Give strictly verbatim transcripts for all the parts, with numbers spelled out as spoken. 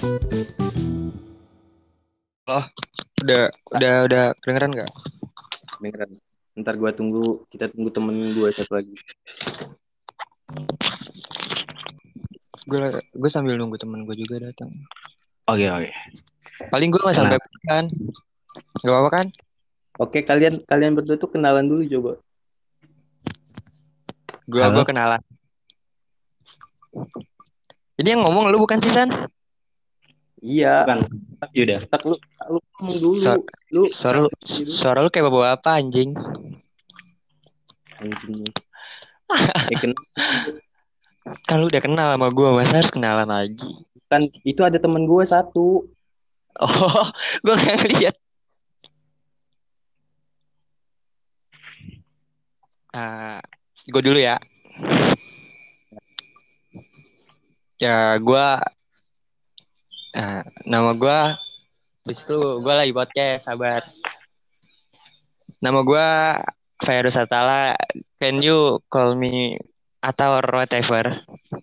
Oh, udah udah udah kedengeran nggak? Beneran. Ntar gua tunggu, kita tunggu temen gue satu lagi. Gue gue sambil nunggu temen gue juga datang. Oke oke. Paling gue nggak sampai Kenal. kan? Gak apa-apa kan? Oke, kalian kalian berdua tuh kenalan dulu coba. Gue gue Halo. kenalan. Ini yang ngomong lu bukan sih San? Iya. Bukan. Yuda. Tak lu, tak lu ngomong dulu. Suara, Lu suara lu dulu. suara lu kayak bawa apa anjing? Anjing. Ya kan, Kan lu udah kenal sama gue, masa harus kenalan lagi? kan itu ada temen gue satu. Oh, gue nggak ngeliat. Nah, gue dulu ya. Ya gue, nah, nama gue, bis lu, gue lagi podcast, sahabat. Nama gue Virus Atala. Can you call me Ata or whatever?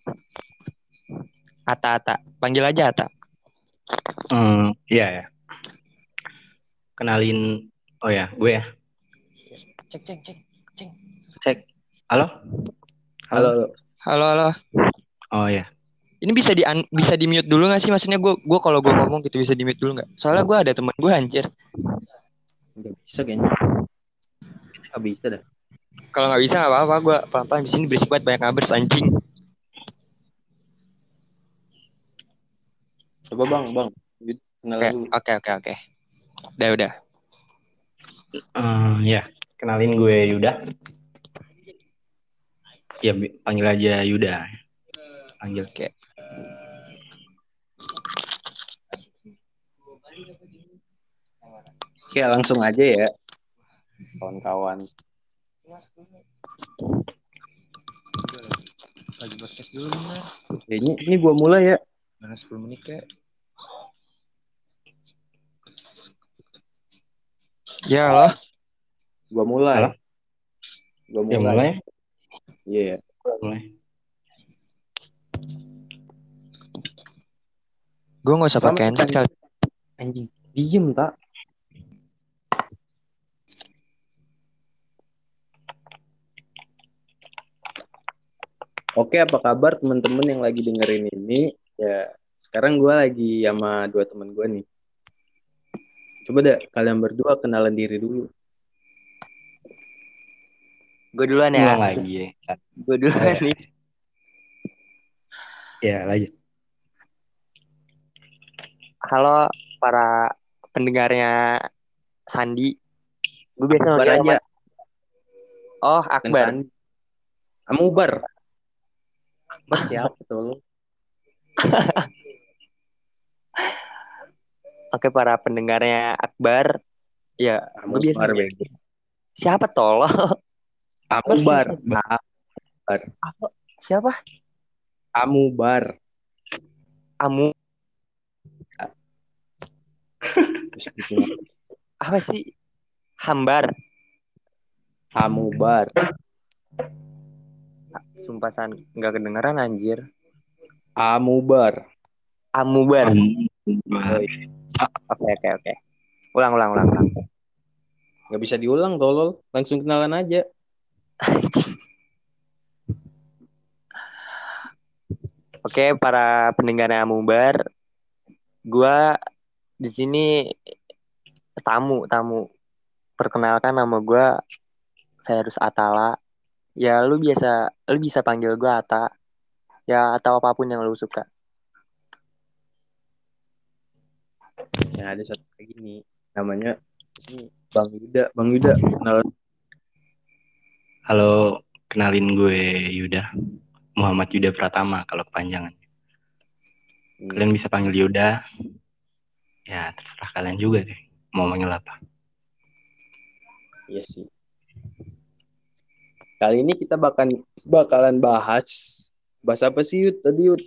Ata Ata. Panggil aja Ata. Hmm, iya ya. Kenalin. Oh ya, gue ya. Cek cek cek cek. Cek. Halo. Halo. Halo. Halo halo. Oh ya. Ini bisa di bisa di mute dulu nggak sih? Maksudnya gue gue kalau gue ngomong gitu bisa di mute dulu nggak? Soalnya gue ada teman gue anjir. Nggak bisa kayaknya. Nggak bisa dah. Kalau nggak bisa nggak apa-apa. Gue pelan-pelan di sini berisik banget banyak ngabers anjing. Coba bang, bang. Kenalan Oke dulu. oke oke oke. Udah udah. Hmm, ya. Kenalin gue Yuda. Ya bi- panggil aja Yuda. Panggil. Oke. Oke, langsung aja ya, kawan-kawan. Lagi podcast dulu bener. Ya, ini ini gua mulai ya. Mana sepuluh menit kayak. Ya halo. Gua mulai. Halo. Gua Ya mulai. mulai. Iya. Yeah. Mulai. Gue nggak usah pakai Selamat handset kali. Anjing. Diem tak? Oke, apa kabar teman-teman yang lagi dengerin ini? Ya, sekarang gue lagi sama dua teman gue nih. Coba deh kalian berdua kenalan diri dulu. Gue duluan ya. Ulang lagi ya. Gue duluan Oh, ya. nih. Ya lanjut. Halo para pendengarnya Sandi. Gue biasa Akbar manggil aja. nama. Oh, Kan Akbar. Sandi. Kamu Ubar. Akbar siapa tuh? Oke, para pendengarnya Akbar. Ya, Kamu gue biasa Ubar, manggil. bego. Siapa tolol? Kamu Ubar. Apa? Siapa? Kamu Ubar. Amu. Apa sih? Hambar. Kamu Ubar. Sumpah San, nggak kedengeran anjir. Kamu Ubar. Amubar. Hmm. Oke oke oke. Ulang ulang ulang ulang. Gak bisa diulang tolol. Langsung kenalan aja. Oke, para pendengarnya Amubar, gua di sini tamu tamu. Perkenalkan nama gua Virus Atala. Ya lu biasa lu bisa panggil gua Ata. Ya atau apapun yang lu suka. Yang ada satu lagi nih. Namanya ini Bang Yuda. Bang Yuda kenalan. Halo, kenalin gue Yuda. Muhammad Yuda Pratama kalau kepanjangan. Hmm. Kalian bisa panggil Yuda. Ya, terserah kalian juga deh. Mau manggil apa? Iya sih. Kali ini kita bakalan bakalan bahas bahas apa sih Yud tadi Yud?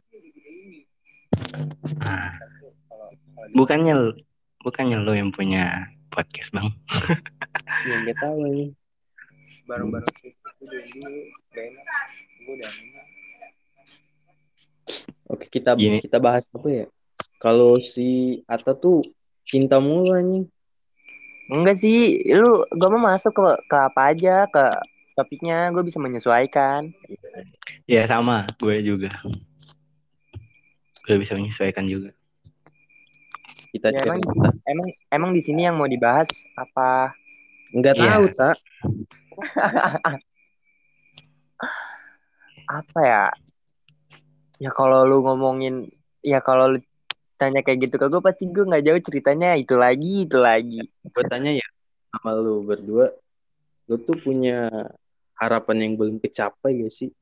Nah, bukannya bukannya lo yang punya podcast bang? Yang kita tahu ini. Bareng-bareng sih. Udah dulu. Gak enak. Gue udah enak. Oke kita Gini. kita bahas apa ya? Kalau si Ata tuh cinta mulu anjing. Enggak sih, lu gue mau masuk ke ke apa aja, ke topiknya gue bisa menyesuaikan. Ya sama, gue juga. Gue bisa menyesuaikan juga. Kita Ya emang cerita. emang emang di sini yang mau dibahas apa? Enggak Iya. tahu, tak. Apa ya? Ya kalau lu ngomongin, ya kalau lu tanya kayak gitu ke gue pasti gue nggak jauh ceritanya itu lagi itu lagi. Gue tanya ya sama lu berdua, lu tuh punya harapan yang belum kecapai gak sih?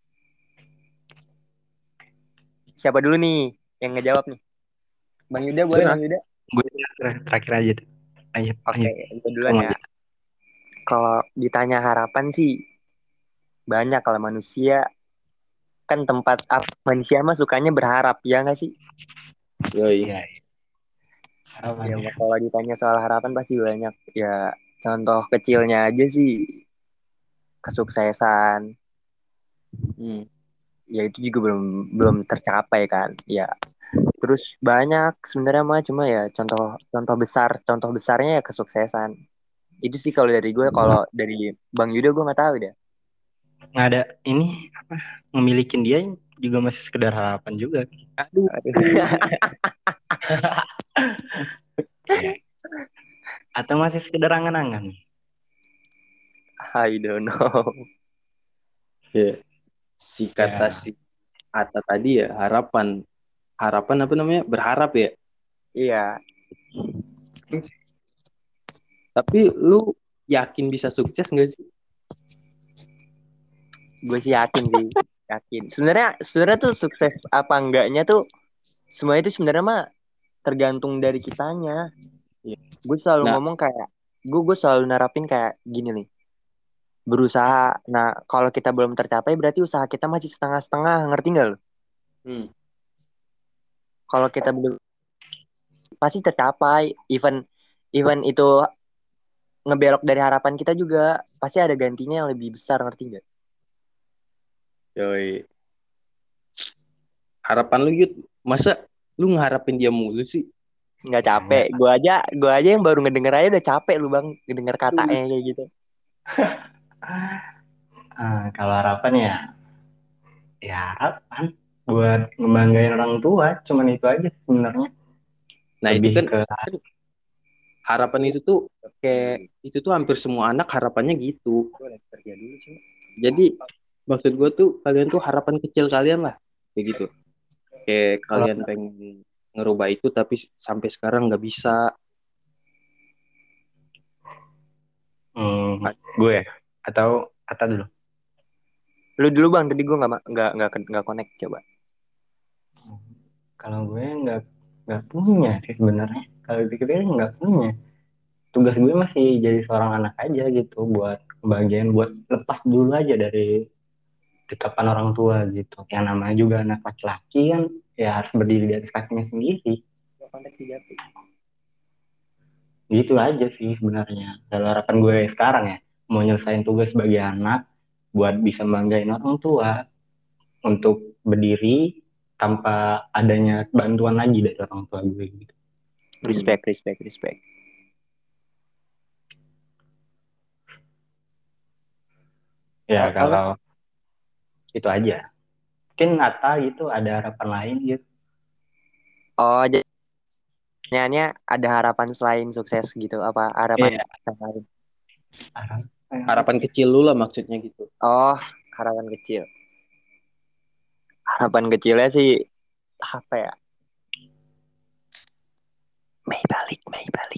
Siapa dulu nih yang ngejawab nih? Bang Yuda boleh Serah. Bang Yuda? Gue terakhir, terakhir aja tuh. Lanjut, Oke, lanjut. itu duluan ya. Kalau ditanya harapan sih banyak kalau manusia kan tempat apa manusia mah sukanya berharap ya nggak sih? Yoi. Iya, Ya harapannya. kalau ditanya soal harapan pasti banyak. Ya contoh kecilnya aja sih kesuksesan. Hmm. Ya itu juga belum belum tercapai kan. Ya terus banyak sebenarnya mah cuma ya contoh contoh besar contoh besarnya ya kesuksesan. Itu sih kalau dari gue, kalau dari Bang Yuda gue nggak tahu deh. Nggak ada ini apa memilikin dia juga masih sekedar harapan juga. Aduh. Iya. Atau masih sekedar angan-angan. I don't know. Ya. Si kata Ya. si Ata tadi ya harapan. Harapan apa namanya? Berharap ya. Iya, Tapi lu yakin bisa sukses gak sih? gue sih yakin sih, yakin. Sebenarnya sebenarnya tuh sukses apa enggaknya tuh semua itu sebenarnya mah tergantung dari kitanya. Iya. Gue selalu Nah, ngomong kayak gue gue selalu narapin kayak gini nih. Berusaha. Nah, kalau kita belum tercapai berarti usaha kita masih setengah-setengah, ngerti nggak lo? hmm. Kalau kita belum pasti tercapai. Even even itu ngebelok dari harapan kita juga pasti ada gantinya yang lebih besar, ngerti nggak? Yoi. Harapan lu Yud, masa lu ngeharapin dia mulu sih? Nggak Ya, capek. enggak. Gue aja gue aja yang baru ngedenger aja udah capek lu bang ngedenger Aduh. katanya kayak gitu. Ah, kalau harapan ya, ya harapan buat ngebanggain orang tua, cuman itu aja sebenarnya. Nah itu Lebih kan ke harapan itu tuh kayak itu tuh hampir semua anak harapannya gitu. Jadi maksud gue tuh kalian tuh harapan kecil kalian lah kayak gitu. Kayak kalau kalian pengen ngerubah itu tapi sampai sekarang nggak bisa. hmm, gue atau Ata dulu. Lu dulu bang, tadi gue nggak ma- nggak nggak nggak connect coba. Kalau gue nggak nggak punya sih sebenarnya. Kalau pikir-pikir nggak punya. Tugas gue masih jadi seorang anak aja gitu, buat kebahagiaan, buat lepas dulu aja dari dekapan orang tua gitu. Yang namanya juga anak laki-laki kan ya harus berdiri di atas kakinya sendiri. Kontak tiga P. Gitu aja sih sebenarnya. Kalau harapan gue sekarang ya, mau nyelesain tugas sebagai anak, buat bisa membanggain orang tua, untuk berdiri tanpa adanya bantuan lagi dari orang tua gue gitu. Respect, respect, respect. Ya Apa lu? kalau itu aja. Mungkin Nata gitu ada harapan lain gitu. Oh, jadi pertanyaannya ada harapan selain sukses gitu? Apa harapan Iya, lain? Harapan. harapan kecil lu lah maksudnya gitu. Oh, harapan kecil. Harapan kecilnya sih apa ya? Mei balik, Mei balik.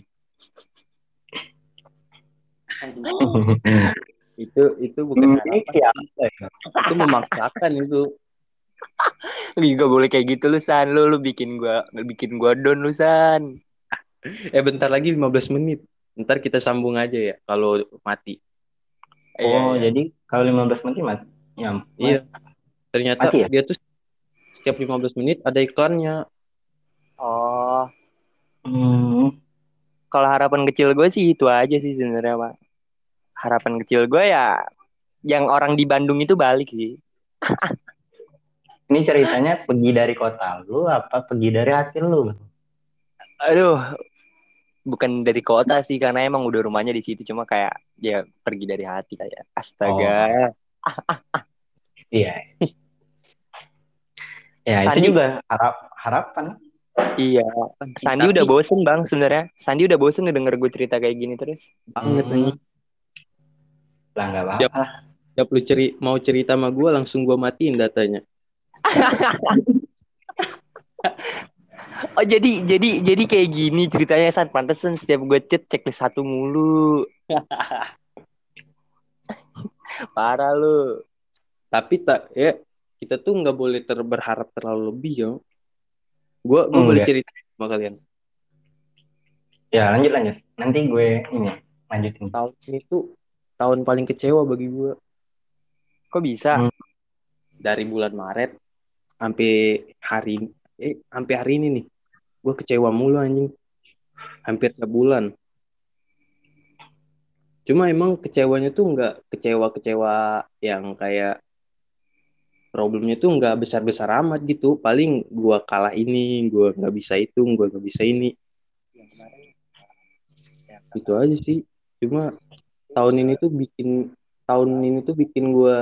Itu itu bukan Ini harapan, siapa ya? itu memaksakan itu. Lu gak boleh kayak gitu lu San. Lu lu bikin gua bikin gua down lu San. Eh bentar lagi lima belas menit. Ntar kita sambung aja ya kalau mati. Iya, Oh, iya. jadi kalau lima belas menit mati. Ya, Iya, ternyata mati ya? dia tuh setiap lima belas menit ada iklannya. Oh, Hmm. kalau harapan kecil gue sih itu aja sih sebenarnya, Pak. Harapan kecil gue ya yang orang di Bandung itu balik sih. Ini ceritanya pergi dari kota lu apa pergi dari hati lu? Aduh, bukan dari kota sih karena emang udah rumahnya di situ, cuma kayak ya pergi dari hati kayak Oh, astaga. iya. Ya, itu Sandi, juga harap harapan. iya. Sandi Tapi udah bosen bang sebenarnya. Sandi udah bosen denger gue cerita kayak gini terus. banget nih. Hmm, lah nggak Tiap, apa-apa. tiap lu ceri, mau cerita sama gue langsung gue matiin datanya. Oh jadi jadi jadi kayak gini ceritanya saat pantesan setiap gue chat checklist satu mulu. Parah lu. Tapi tak ya kita tuh nggak boleh ter berharap terlalu lebih ya. Gue gue boleh Enggak. cerita sama kalian. Ya, lanjut lanjut. Nanti gue ini lanjutin. Tahun ini tuh tahun paling kecewa bagi gue. Kok bisa? Hmm. Dari bulan Maret sampai hari eh sampai hari ini nih. Gue kecewa mulu anjing. Hampir sebulan. Cuma emang kecewanya tuh nggak kecewa-kecewa yang kayak problemnya tuh nggak besar-besar amat gitu. Paling gue kalah ini, gue nggak bisa itu, gue nggak bisa ini. Itu aja sih. Cuma tahun ini tuh bikin tahun ini tuh bikin gue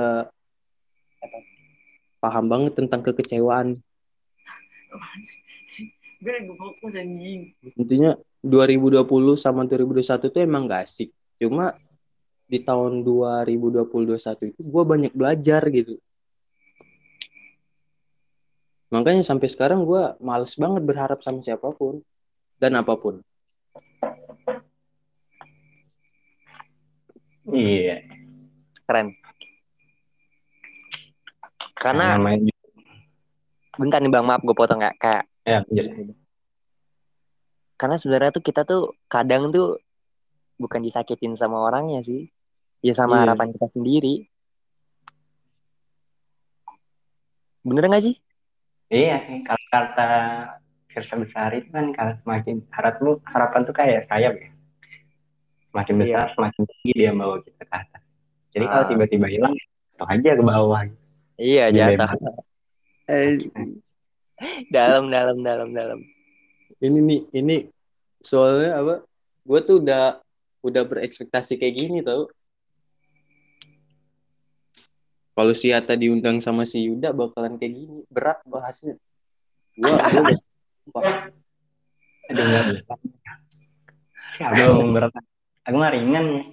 paham banget tentang kekecewaan. Gue lagi fokus anjing. Intinya dua ribu dua puluh sama dua ribu dua puluh satu tuh emang gak asik. Cuma di tahun dua ribu dua puluh dua puluh satu itu gue banyak belajar gitu. Makanya sampai sekarang gue males banget berharap sama siapapun dan apapun. Iya. Keren. Karena Namanya bentar nih bang, maaf gue potong ya kayak. ya, lanjut. Karena sebenarnya tuh kita tuh kadang tuh bukan disakitin sama orangnya sih, ya sama Iya. harapan kita sendiri. Bener nggak sih? Iya, kalau kata Firsa Besari itu kan kalau semakin harapan harapan tuh kayak sayap ya. Semakin Iya. besar, semakin tinggi dia bawa kita ke atas. Jadi kalau Ah, tiba-tiba hilang, atau aja ke bawah. iya jatuh. Dilempar. Eh, dalam dalam dalam dalam. ini nih, ini soalnya apa? Gue tuh udah udah berekspektasi kayak gini tau. Kalau si Atta diundang sama si Yuda bakalan kayak gini, berat bahasnya. Gue gue udah Aduh, nggak bisa. Aduh, berat. Aku mah ringan ya.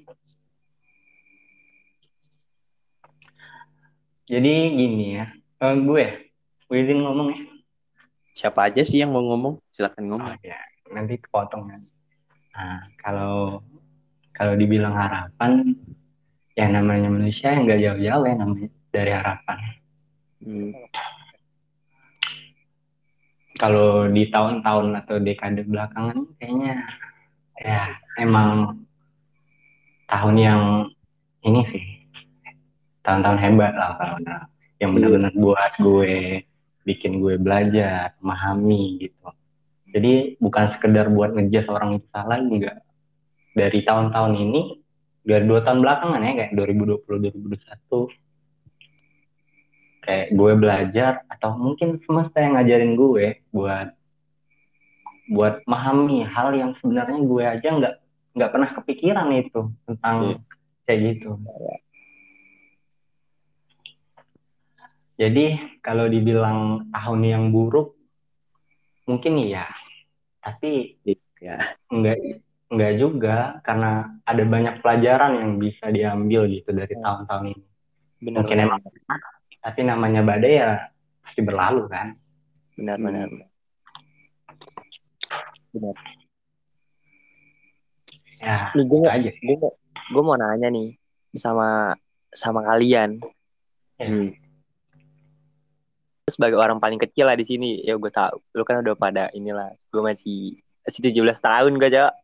Jadi gini ya, eh, gue, gue izin ngomong ya. siapa aja sih yang mau ngomong? Silakan ngomong. Oh ya, nanti potong kan. Nah, kalau kalau dibilang harapan, ya namanya manusia yang nggak jauh-jauh ya namanya dari harapan. Hmm. Kalau di tahun-tahun atau dekade belakangan kayaknya ya emang tahun yang ini sih, tahun-tahun hebat lah kalau nah, yang benar-benar buat gue bikin gue belajar, memahami gitu. Jadi bukan sekedar buat ngejas orang itu salah, enggak. Dari tahun-tahun ini, dari dua tahun belakangan ya, kayak dua ribu dua puluh dua ribu dua puluh satu, kayak gue belajar atau mungkin semesta yang ngajarin gue buat buat memahami hal yang sebenarnya gue aja nggak nggak pernah kepikiran itu tentang Iya. kayak gitu. Jadi kalau dibilang tahun yang buruk, mungkin iya, tapi Ya. enggak enggak juga karena ada banyak pelajaran yang bisa diambil gitu dari tahun-tahun ini. Benar Mungkin benar. emang, tapi namanya badai ya pasti berlalu kan. Benar Hmm. benar. Benar. Ya, Nih gue itu aja. gue mau gue mau nanya nih sama sama kalian. Hmm. Sebagai orang paling kecil lah di sini, ya gue tahu. Lu kan udah pada inilah. Gue masih masih tujuh belas tahun gue aja.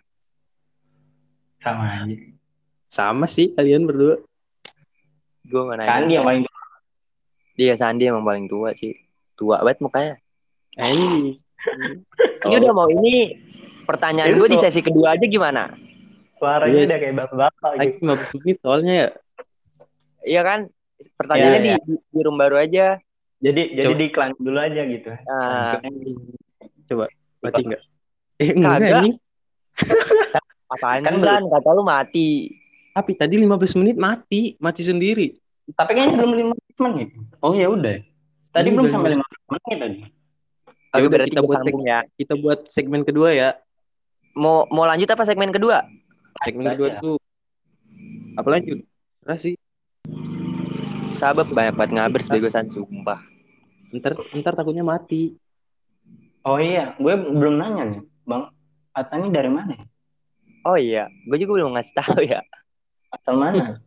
Sama aja. Sama sih kalian berdua. Gue mau nanya. Kan dia yang paling tua. Dia Sandi emang paling tua sih. Tua banget mukanya. Ini. Ini udah mau ini pertanyaan Itu gue di tuh. sesi kedua aja gimana? Suaranya Iya. udah kayak bapak-bapak Lagi gitu. lima belas menit soalnya ya. Iya kan? Pertanyaannya Iya, di, iya. di, di room baru aja. Jadi jadi Coba. diiklan dulu aja gitu. Nah, Coba mati enggak? Eh enggak kagak. nih. Apaan Kan sih belum. San? Kata lu mati. Tapi tadi lima belas menit mati, mati sendiri. Tapi kayaknya belum lima belas menit. Oh ya udah. Tadi Ini belum udah sampai lima. lima belas menit tadi. Ya Oke, udah berarti kita gue buat sambung seg- ya. kita buat segmen kedua ya. Mau mau lanjut apa segmen kedua? Segmen kedua Baca. tuh apa lanjut? Terus sih. Sahabat banyak banget ngabers bego San, sumpah. Ntar ntar takutnya mati. Oh iya, gue belum nanya nih, Bang. Ata ini dari mana? Oh iya, gue juga belum ngasih tahu ya. Asal mana?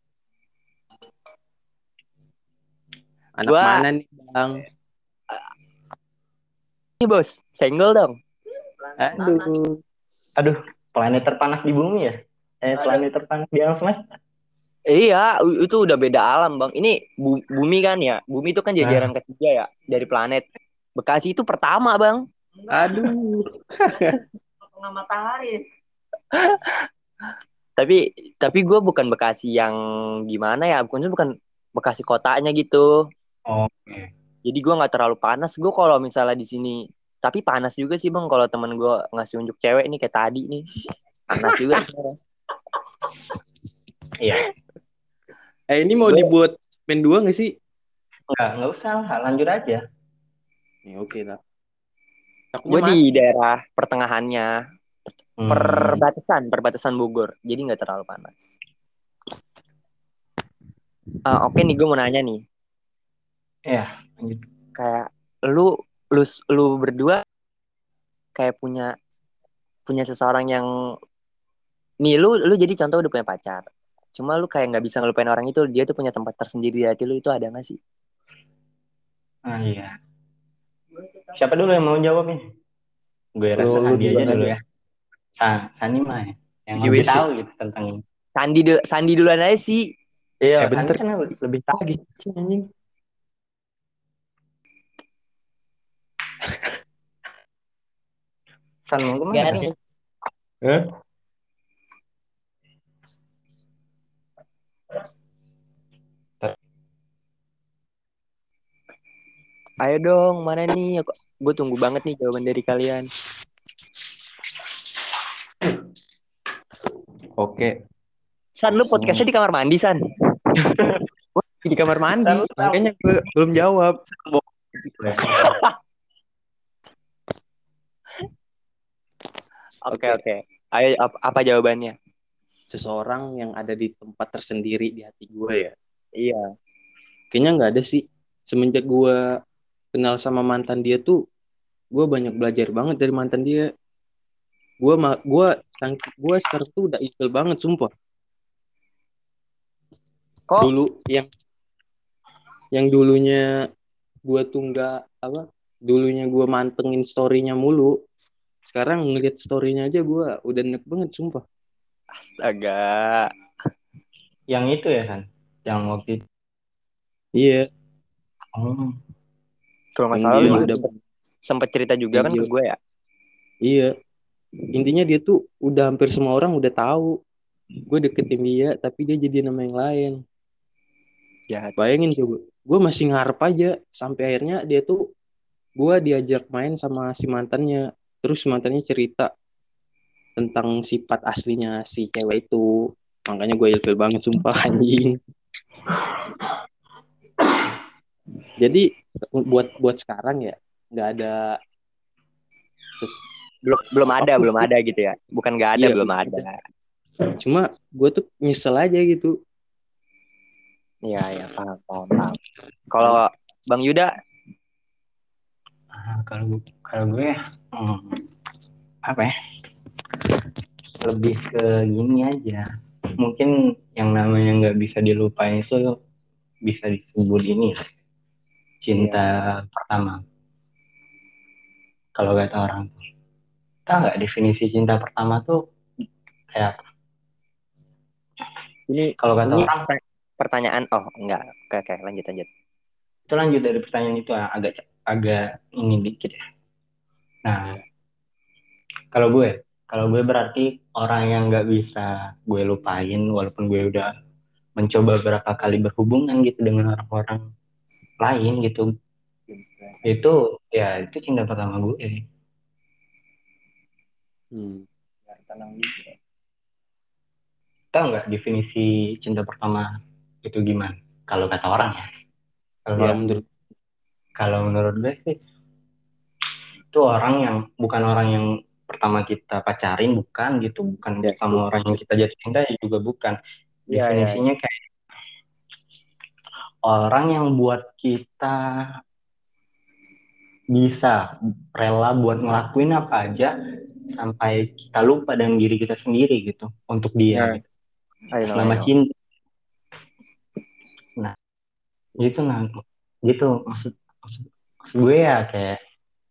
Anak Gua mana nih, Bang? ini bos, senggol dong. Aduh. Aduh, planet terpanas di bumi ya? Eh, planet terpanas di alam semesta. Iya, u- itu udah beda alam bang. Ini bu- bumi kan ya. Bumi itu kan Nah, jajaran ketiga ya dari planet. Bekasi itu pertama bang. Aduh. Tengah matahari. Tapi tapi gue bukan Bekasi yang gimana ya. Bukan bukan Bekasi kotanya gitu. oke. Jadi gue nggak terlalu panas. Gue kalau misalnya di sini, tapi panas juga sih bang. Kalau temen gue ngasih unjuk cewek nih kayak tadi nih, panas juga. Iya. Eh ini mau Gue dibuat segmen dua nggak sih? Enggak, enggak usah lah, lanjut aja. Ya oke lah. Takutnya gue di mati. daerah pertengahannya, Hmm, perbatasan perbatasan Bogor. Jadi nggak terlalu panas. Ah, oke nih gue mau nanya nih. ya, lanjut. Kayak lu lu lu berdua kayak punya punya seseorang yang nih lu lu jadi contoh udah punya pacar. Cuma lu kayak nggak bisa ngelupain orang itu, dia tuh punya tempat tersendiri di hati lu, itu ada nggak sih? Ah iya. Siapa dulu yang mau jawab nih? Gue Lu, rasa lu Sandi aja duluan dulu aja. ya. Sa, Sandi mah ya, yang Di lebih W C. tahu gitu tentang ini. Sandi du- Sandi duluan aja sih. Iya, Eh Sandi bentar. kan lebih tahu. Lagi anjing. San mau kemana Gak kan? nih. Hah? Ayo dong, mana nih? Gue tunggu banget nih jawaban dari kalian. Oke. San, lu podcastnya di kamar mandi, San? Di kamar mandi. San, lu tahu. Makanya gue belum jawab. Oke, oke. Ayo, apa, apa jawabannya? Seseorang yang ada di tempat tersendiri di hati gue ya. Iya. Kayaknya nggak ada sih. Semenjak gue kenal sama mantan dia tuh, gue banyak belajar banget dari mantan dia. Gue ma- gue gue sekarang tuh udah ilfil banget, sumpah. Kok? Dulu yang yang dulunya gue tuh nggak apa, dulunya gue mantengin storynya mulu. Sekarang ngeliat storynya aja gue udah enek banget, sumpah. Astaga. Yang itu ya, San? Yang waktu itu. Iya. Oh. Kalau nggak Yang salah dia lu udah sempet, sempet cerita juga yang kan dia, ke gue ya? iya. Intinya dia tuh udah hampir semua orang udah tahu gue deketin dia, tapi dia jadi nama yang lain. Jahat. Bayangin coba, gue masih ngarep aja sampai akhirnya dia tuh, gue diajak main sama si mantannya, terus si mantannya cerita tentang sifat aslinya si cewek itu, makanya gue ilfil banget, sumpah anjing. Jadi buat buat sekarang ya nggak ada ses, Belum belum ada, apapun. belum ada gitu ya? Bukan nggak ada, Iya, belum belum ada. Cuma gue tuh nyesel aja gitu. Iya, iya, paham, paham, paham. Kalau Bang Yuda, Ah, kalau kalau gue hmm, apa ya? Lebih ke gini aja. Mungkin yang namanya nggak bisa dilupain itu bisa disebut ini lah, cinta iya. pertama. Kalau kata orang tuh, tahu nggak definisi cinta pertama tuh kayak apa? Ini Kalau kata ini orang pertanyaan. Oh, enggak. Oke, oke, lanjut, lanjut. itu lanjut dari pertanyaan itu agak agak ini dikit ya. Nah, kalau gue, kalau gue berarti orang yang nggak bisa gue lupain walaupun gue udah mencoba berapa kali berhubungan gitu dengan orang-orang lain gitu. Itu ya itu cinta pertama gue. Hmm. Tahu nggak definisi cinta pertama itu gimana? Kalau kata orang ya. Kalau Ya menurut kalau menurut gue sih itu orang yang bukan orang yang pertama kita pacarin, bukan gitu, bukan ya, sama orang yang kita jatuh cinta juga bukan. Iya, iya, iya. Definisinya kayak orang yang buat kita bisa rela buat ngelakuin apa aja sampai kita lupa dengan diri kita sendiri gitu untuk dia Nah, gitu. I Atas know, I nama know. cinta. Nah, gitu nah, gitu maksud, maksud, maksud gue ya kayak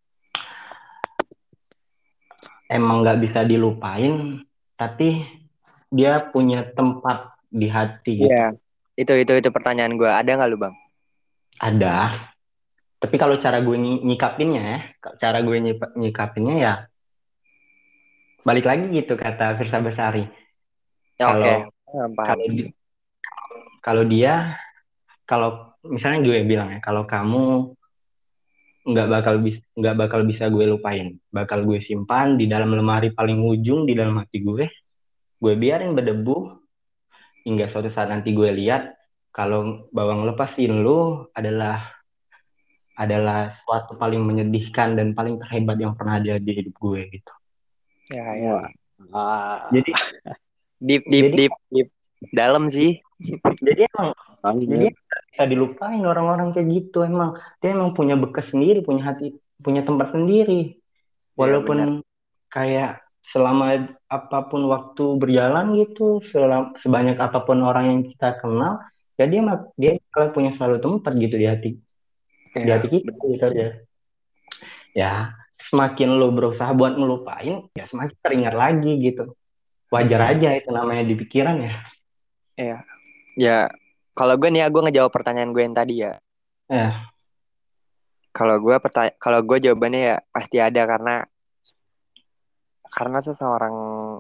emang nggak bisa dilupain, tapi dia punya tempat di hati Iya, gitu. itu itu itu pertanyaan gue. Ada nggak lu bang? Ada, tapi kalau cara gue ny- nyikapinnya ya, cara gue nyip- nyikapinnya ya balik lagi gitu kata Firsa Besari. Ya, oke, Kalau paham, paham. kalau di- kalau dia kalau misalnya gue bilang ya, kalau kamu nggak bakal bisa nggak bakal bisa gue lupain, bakal gue simpan di dalam lemari paling ujung di dalam hati gue, gue biarin berdebu hingga suatu saat nanti gue lihat kalau bawang lepasin lu adalah adalah suatu paling menyedihkan dan paling terhebat yang pernah ada di hidup gue gitu. Ya, ya. wah. Ah, Jadi Deep, deep, jadi deep, deep. Dalam sih. jadi emang jadi banget. nggak bisa dilupain orang-orang kayak gitu, emang dia emang punya bekas sendiri, punya hati, punya tempat sendiri. Ya, benar. Walaupun kayak selama apapun waktu berjalan gitu, selam- sebanyak apapun orang yang kita kenal, ya dia mak- dia bakal punya selalu tempat gitu di hati di hati Ya, kita benar. gitu aja. Ya, semakin lo berusaha buat ngelupain, ya semakin teringat lagi gitu. Wajar aja itu namanya di pikiran ya. Ya, ya. Kalau gue nih ya, gue ngejawab pertanyaan gue yang tadi ya. Ya, Kalau gue pertanya, kalau gue jawabannya ya pasti ada karena karena seseorang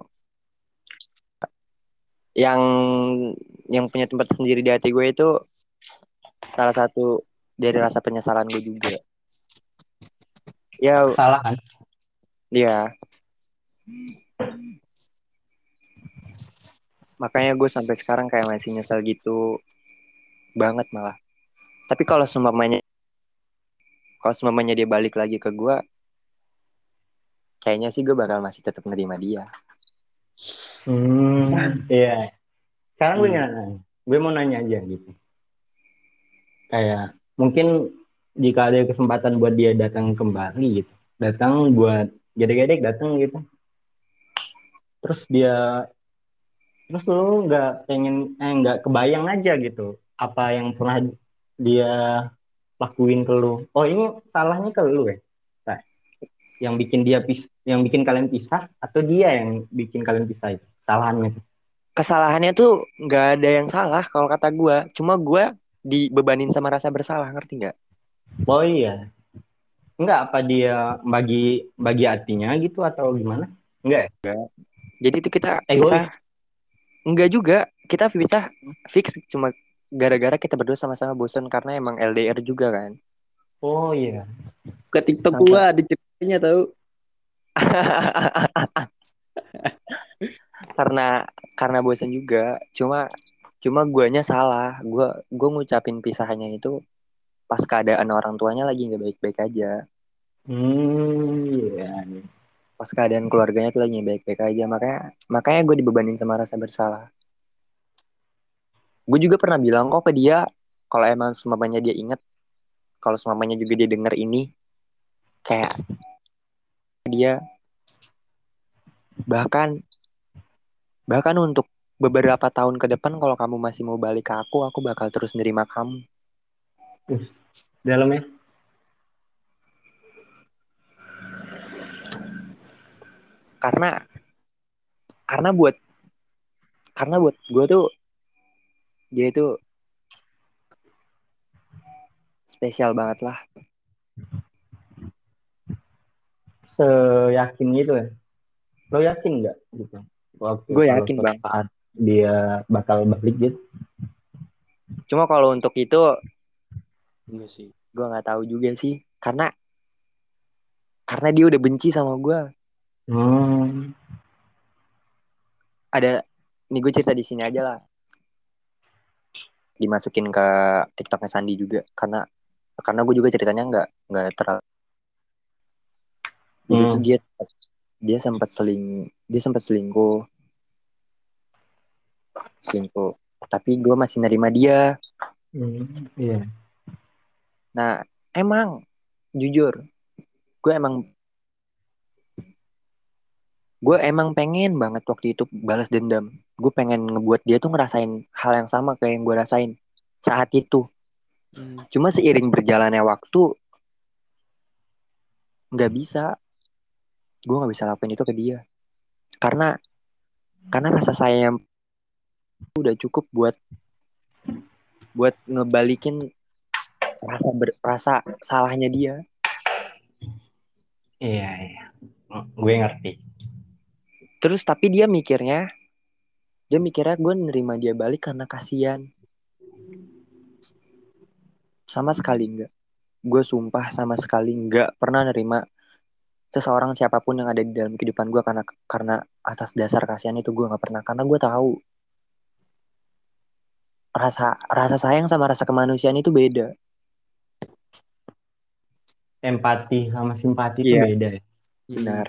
yang yang punya tempat sendiri di hati gue itu salah satu dari rasa penyesalan gue juga. Ya, kesalahan. dia makanya gue sampai sekarang kayak masih nyesel gitu banget malah. Tapi kalau seumpamanya kalau seumpamanya dia balik lagi ke gue, kayaknya sih gue bakal masih tetap nerima dia. Hmm, iya. Sekarang gue Hmm. nanya, gue mau nanya aja gitu. Kayak mungkin jika ada kesempatan buat dia datang kembali gitu, datang buat gedek-gedek datang gitu. Terus dia terus lu nggak pengen eh nggak kebayang aja gitu apa yang pernah dia lakuin ke lu. Oh ini salahnya ke lu ya. Nah, yang bikin dia pis yang bikin kalian pisah atau dia yang bikin kalian pisah itu salahannya tuh. Kesalahannya tuh nggak ada yang salah kalau kata gue. Cuma gue dibebanin sama rasa bersalah, ngerti nggak? Oh iya, enggak apa dia bagi bagi hatinya gitu atau gimana? Enggak ya? Jadi itu kita Egois. pisah, enggak juga. Kita pisah fix cuma gara-gara kita berdua sama-sama bosan karena emang L D R juga kan. Oh iya. Ke TikTok Sama-sama. gua ada ceritanya tahu. karena karena bosan juga. Cuma cuma guanya salah. Gua gua ngucapin pisahnya itu pas keadaan orang tuanya lagi nggak baik-baik aja. Hmm, iya. Pas keadaan keluarganya tuh lagi nggak baik-baik aja. Makanya makanya gue dibebanin sama rasa bersalah. Gue juga pernah bilang kok ke dia kalau emang semuanya dia inget, kalau semuanya juga dia denger ini, kayak dia bahkan bahkan untuk beberapa tahun ke depan kalau kamu masih mau balik ke aku, aku bakal terus nerima kamu. Uh, dalamnya. Karena karena buat karena buat gue tuh dia itu spesial banget lah. Seyakin gitu ya. Lo yakin nggak gitu? Waktu Gue kalau yakin suatu bang. saat dia bakal balik gitu. Cuma kalau untuk itu Enggak sih. gue nggak tahu juga sih, karena karena dia udah benci sama gue. Hmm. Ada, nih gue cerita di sini aja lah, dimasukin ke TikToknya Sandi juga, karena karena gue juga ceritanya nggak nggak terlalu. Dulu tuh Hmm. dia dia sempat seling dia sempat selingkuh selingkuh tapi gue masih nerima dia. Hmm. Iya. Nah, emang jujur gue emang gue emang pengen banget waktu itu balas dendam. Gue pengen ngebuat dia tuh ngerasain hal yang sama kayak yang gue rasain saat itu. Hmm. Cuma seiring berjalannya waktu nggak bisa, gue nggak bisa lakuin itu ke dia, karena karena rasa sayang udah cukup buat buat ngebalikin rasa ber, rasa salahnya dia. Iya, iya. Hmm, gue ngerti. Terus tapi dia mikirnya dia mikirnya gue nerima dia balik karena kasihan. Sama sekali enggak. Gue sumpah sama sekali enggak pernah nerima seseorang siapapun yang ada di dalam kehidupan gue karena karena atas dasar kasihan. Itu gue nggak pernah, karena gue tahu rasa rasa sayang sama rasa kemanusiaan itu beda. Empati sama simpati itu Iya, beda ya. benar.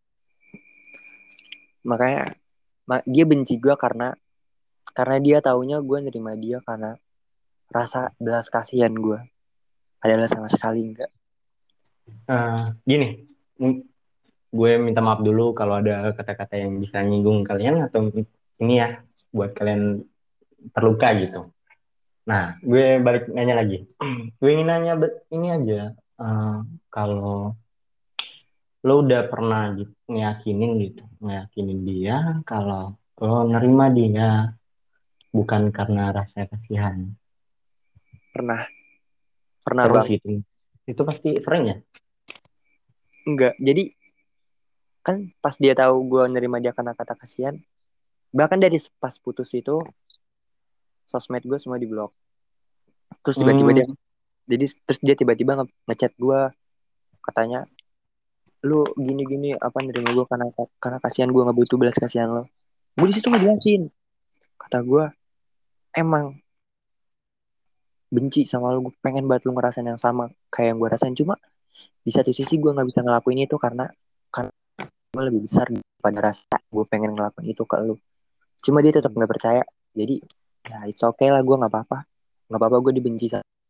Makanya ma- dia benci gue karena karena dia taunya gue nerima dia karena rasa belas kasihan gue. Adalah sama sekali enggak. Eh, gini, m- gue minta maaf dulu kalau ada kata-kata yang bisa nyinggung kalian atau ini ya buat kalian terluka gitu. Nah, gue balik nanya lagi. Gue ingin nanya be- ini aja. eh, Kalau lo udah pernah gitu, ngeyakinin gitu, ngeyakinin dia kalau lo nerima dia bukan karena rasa kasihan. Pernah, pernah Terus bang. gitu. Itu pasti sering ya? Enggak. Jadi kan pas dia tahu gue nerima dia karena kata kasihan, bahkan dari pas putus itu sosmed gue semua diblok. Terus tiba-tiba dia, Hmm, jadi terus dia tiba-tiba nge- ngechat gue, katanya lu gini-gini apa nerima gue karena karena kasihan, gue nggak butuh belas kasihan lo. Gue di situ ngejelasin, kata gue emang benci sama lu, gue pengen banget lu ngerasain yang sama kayak yang gue rasain. Cuma di satu sisi gue nggak bisa ngelakuin itu karena karena gue lebih besar pada rasa gue pengen ngelakuin itu ke lu. Cuma dia tetap nggak percaya. Jadi ya it's okay lah, gue nggak apa-apa, nggak apa-apa gue dibenci.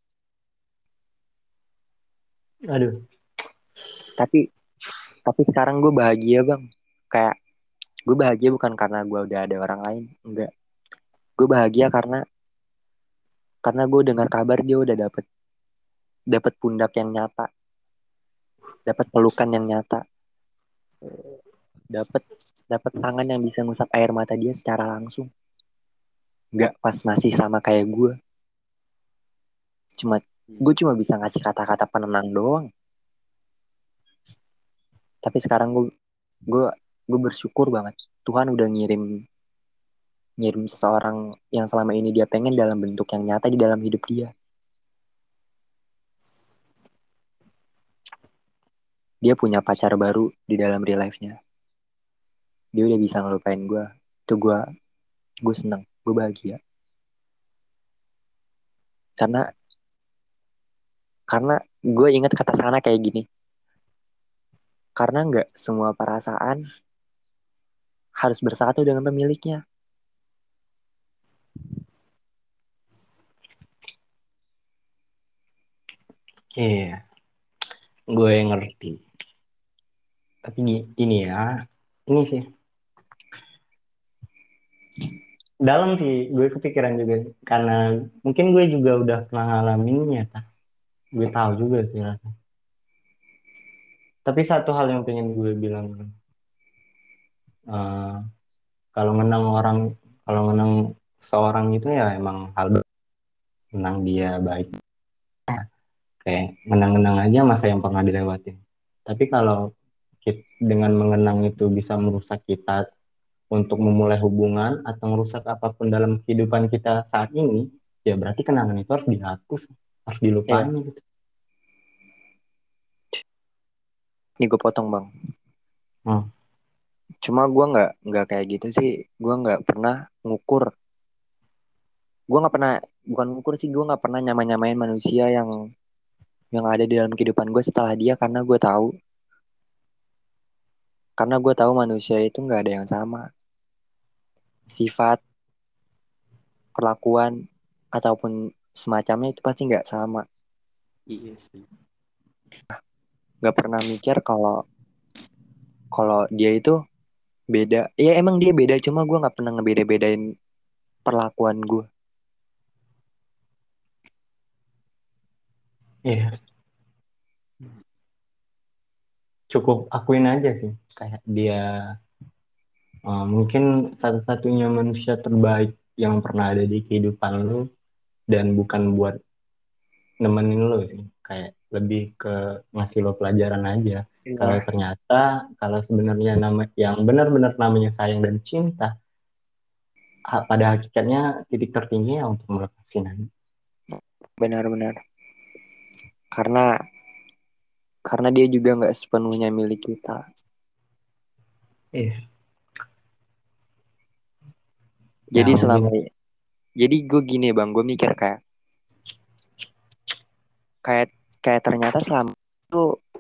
aduh. tapi tapi sekarang gue bahagia bang. Kayak gue bahagia bukan karena gue udah ada orang lain, enggak. Gue bahagia karena karena gue dengar kabar dia udah dapet dapet pundak yang nyata, dapet pelukan yang nyata, dapet dapet tangan yang bisa ngusap air mata dia secara langsung, nggak pas masih sama kayak gue. Cuma gue cuma bisa ngasih kata-kata penenang doang. Tapi sekarang gue gue gue bersyukur banget Tuhan udah ngirim ngirim seseorang yang selama ini dia pengen dalam bentuk yang nyata di dalam hidup dia. Dia punya pacar baru di dalam real life-nya. Dia udah bisa ngelupain gue. Itu gue gue seneng, gue bahagia. Karena karena gue ingat kata sana kayak gini. Karena nggak semua perasaan harus bersatu dengan pemiliknya. Iya, gue ngerti. Tapi gi- ini ya, ini sih dalam sih gue kepikiran juga karena mungkin gue juga udah pernah ngalaminnya, tak? Gue tahu juga sih rasanya. Tapi satu hal yang pengen gue bilang, eh, kalau menang orang, kalau menang seorang itu ya emang hal menang dia baik, kayak menang-menang aja masa yang pernah dilewatin. Tapi kalau kit- dengan mengenang itu bisa merusak kita untuk memulai hubungan atau merusak apapun dalam kehidupan kita saat ini, ya berarti kenangan itu harus dihapus, harus Iya, dilupain gitu. Nih gue potong bang. Hmm. Cuma gue nggak nggak kayak gitu sih. Gue nggak pernah ngukur. Gue nggak pernah bukan ngukur sih. Gue nggak pernah nyama-nyamain manusia yang yang ada di dalam kehidupan gue setelah dia karena gue tahu karena gue tahu manusia itu nggak ada yang sama. Sifat, perlakuan ataupun semacamnya itu pasti nggak sama. Iya sih. Nggak pernah mikir kalau kalau dia itu beda. Ya emang dia beda. Cuma gue nggak pernah ngebeda-bedain perlakuan gue. Iya, cukup akuin aja sih kayak dia uh, mungkin satu-satunya manusia terbaik yang pernah ada di kehidupan lu, dan bukan buat nemenin lu sih, kayak lebih ke ngasih lo pelajaran aja kalau Iya. ternyata kalau sebenarnya nama yang benar-benar namanya sayang dan cinta, ha- pada hakikatnya titik tertinggi ya untuk melepasin aja. Benar-benar. Karena karena dia juga nggak sepenuhnya milik kita. Iya, ya Jadi selama mungkin. jadi gue gini bang, gue mikir kayak kayak kayak ternyata selama itu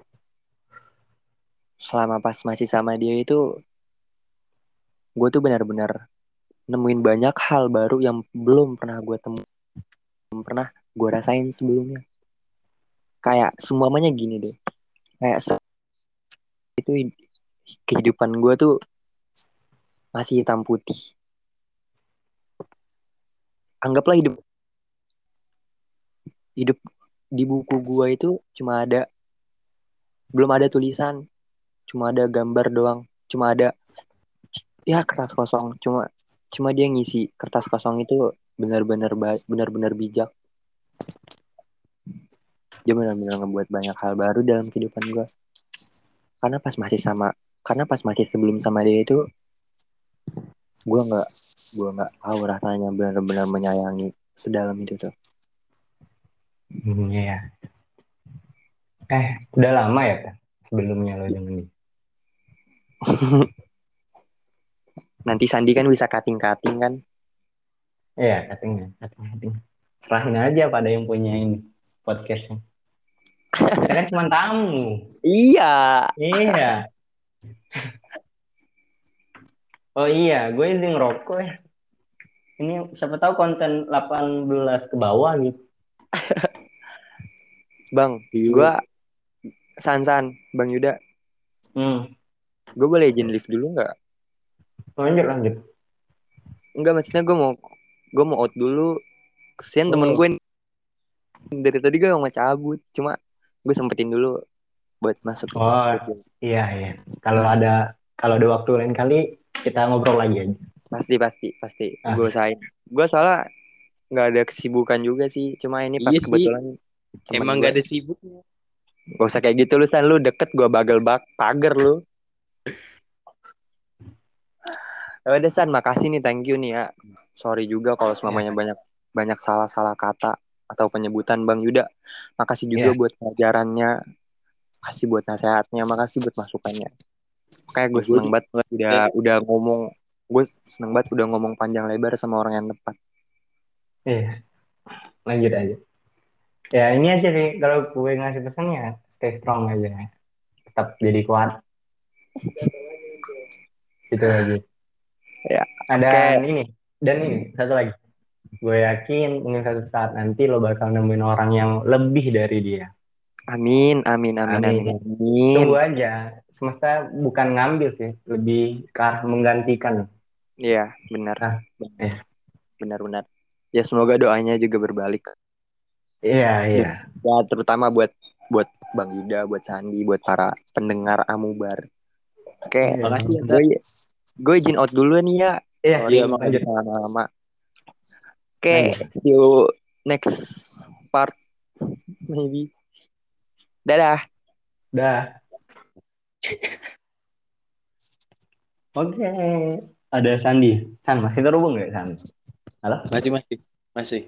selama pas masih sama dia itu gue tuh benar-benar nemuin banyak hal baru yang belum pernah gue temuin, belum pernah gue rasain sebelumnya. Kayak semuanya gini deh. Kayak se- itu kehidupan gue tuh masih hitam putih. Anggaplah hidup hidup di buku gue itu cuma ada belum ada tulisan, cuma ada gambar doang, cuma ada ya kertas kosong, cuma cuma dia ngisi kertas kosong itu benar-benar ba- benar-benar bijak. Dia benar-benar ngebuat banyak hal baru dalam kehidupan gue. Karena pas masih sama, karena pas masih sebelum sama dia itu, gue nggak, gue nggak tahu rasanya benar-benar menyayangi sedalam itu tuh. Hmm, iya. Eh, udah lama ya kan sebelumnya lo dengan dia? Nanti Sandi kan bisa cutting-cutting kan? Iya, cuttingnya, cutting, cutting. Serahin aja pada yang punya ini podcastnya. Kita kan cuma tamu. Iya, Iya. Oh iya, gue izin ngerokok ya. Ini siapa tahu konten delapan belas ke bawah gitu. bang, gue Iya. San-San, Bang Yuda, Hmm, gue boleh izin lift dulu nggak? lanjut lanjut. Enggak, maksudnya gue mau gue mau out dulu. Kesian temen Oh, gue dari tadi gue mau cabut, cuma gue sempetin dulu buat masuk oh lift dulu. iya iya. Kalau ada kalau ada waktu lain kali kita ngobrol lagi aja. Pasti pasti pasti gue Ah, usahain. Gue soalnya nggak ada kesibukan juga sih, cuma ini pas Iya sih. kebetulan temen Emang gue. gak ada sibuknya. Gak usah kayak gitu lu San, lu deket gue bagel bak pagar lu. Ya udah San, makasih nih, thank you nih ya. Sorry juga kalau semuanya iya banyak banyak salah-salah kata atau penyebutan Bang Yuda. Makasih juga iya. buat pelajarannya, makasih buat nasihatnya, makasih buat masukannya. Kayak Ya gue gue seneng banget udah juga. udah ngomong, gue seneng banget udah ngomong panjang lebar sama orang yang tepat. Iya, lanjut aja. Ya ini aja sih kalau gue ngasih pesannya, stay strong aja. Tetap jadi kuat gitu aja. Ya, oke. Dan ini dan ini satu lagi. Gue yakin mungkin satu saat nanti lo bakal nemuin orang yang lebih dari dia. Amin, amin, amin, amin, Amin. amin. Tunggu aja. Semesta bukan ngambil sih, lebih ke arah menggantikan. Iya, benar, Nah, eh, benar, benar. Ya semoga doanya juga berbalik. iya iya. Ya terutama buat buat Bang Yuda, buat Sandi, buat para pendengar Amubar. Oke, Iya, Makasih ya, gue Kak. gue izin out dulu nih ya. iya, Sorry Iya, nggak lanjut, bisa lama-lama. Oke, lanjut. see you next part maybe. Dadah. Dah. Oke. Ada Sandi. San, masih terhubung nggak, San? Halo? masih masih masih.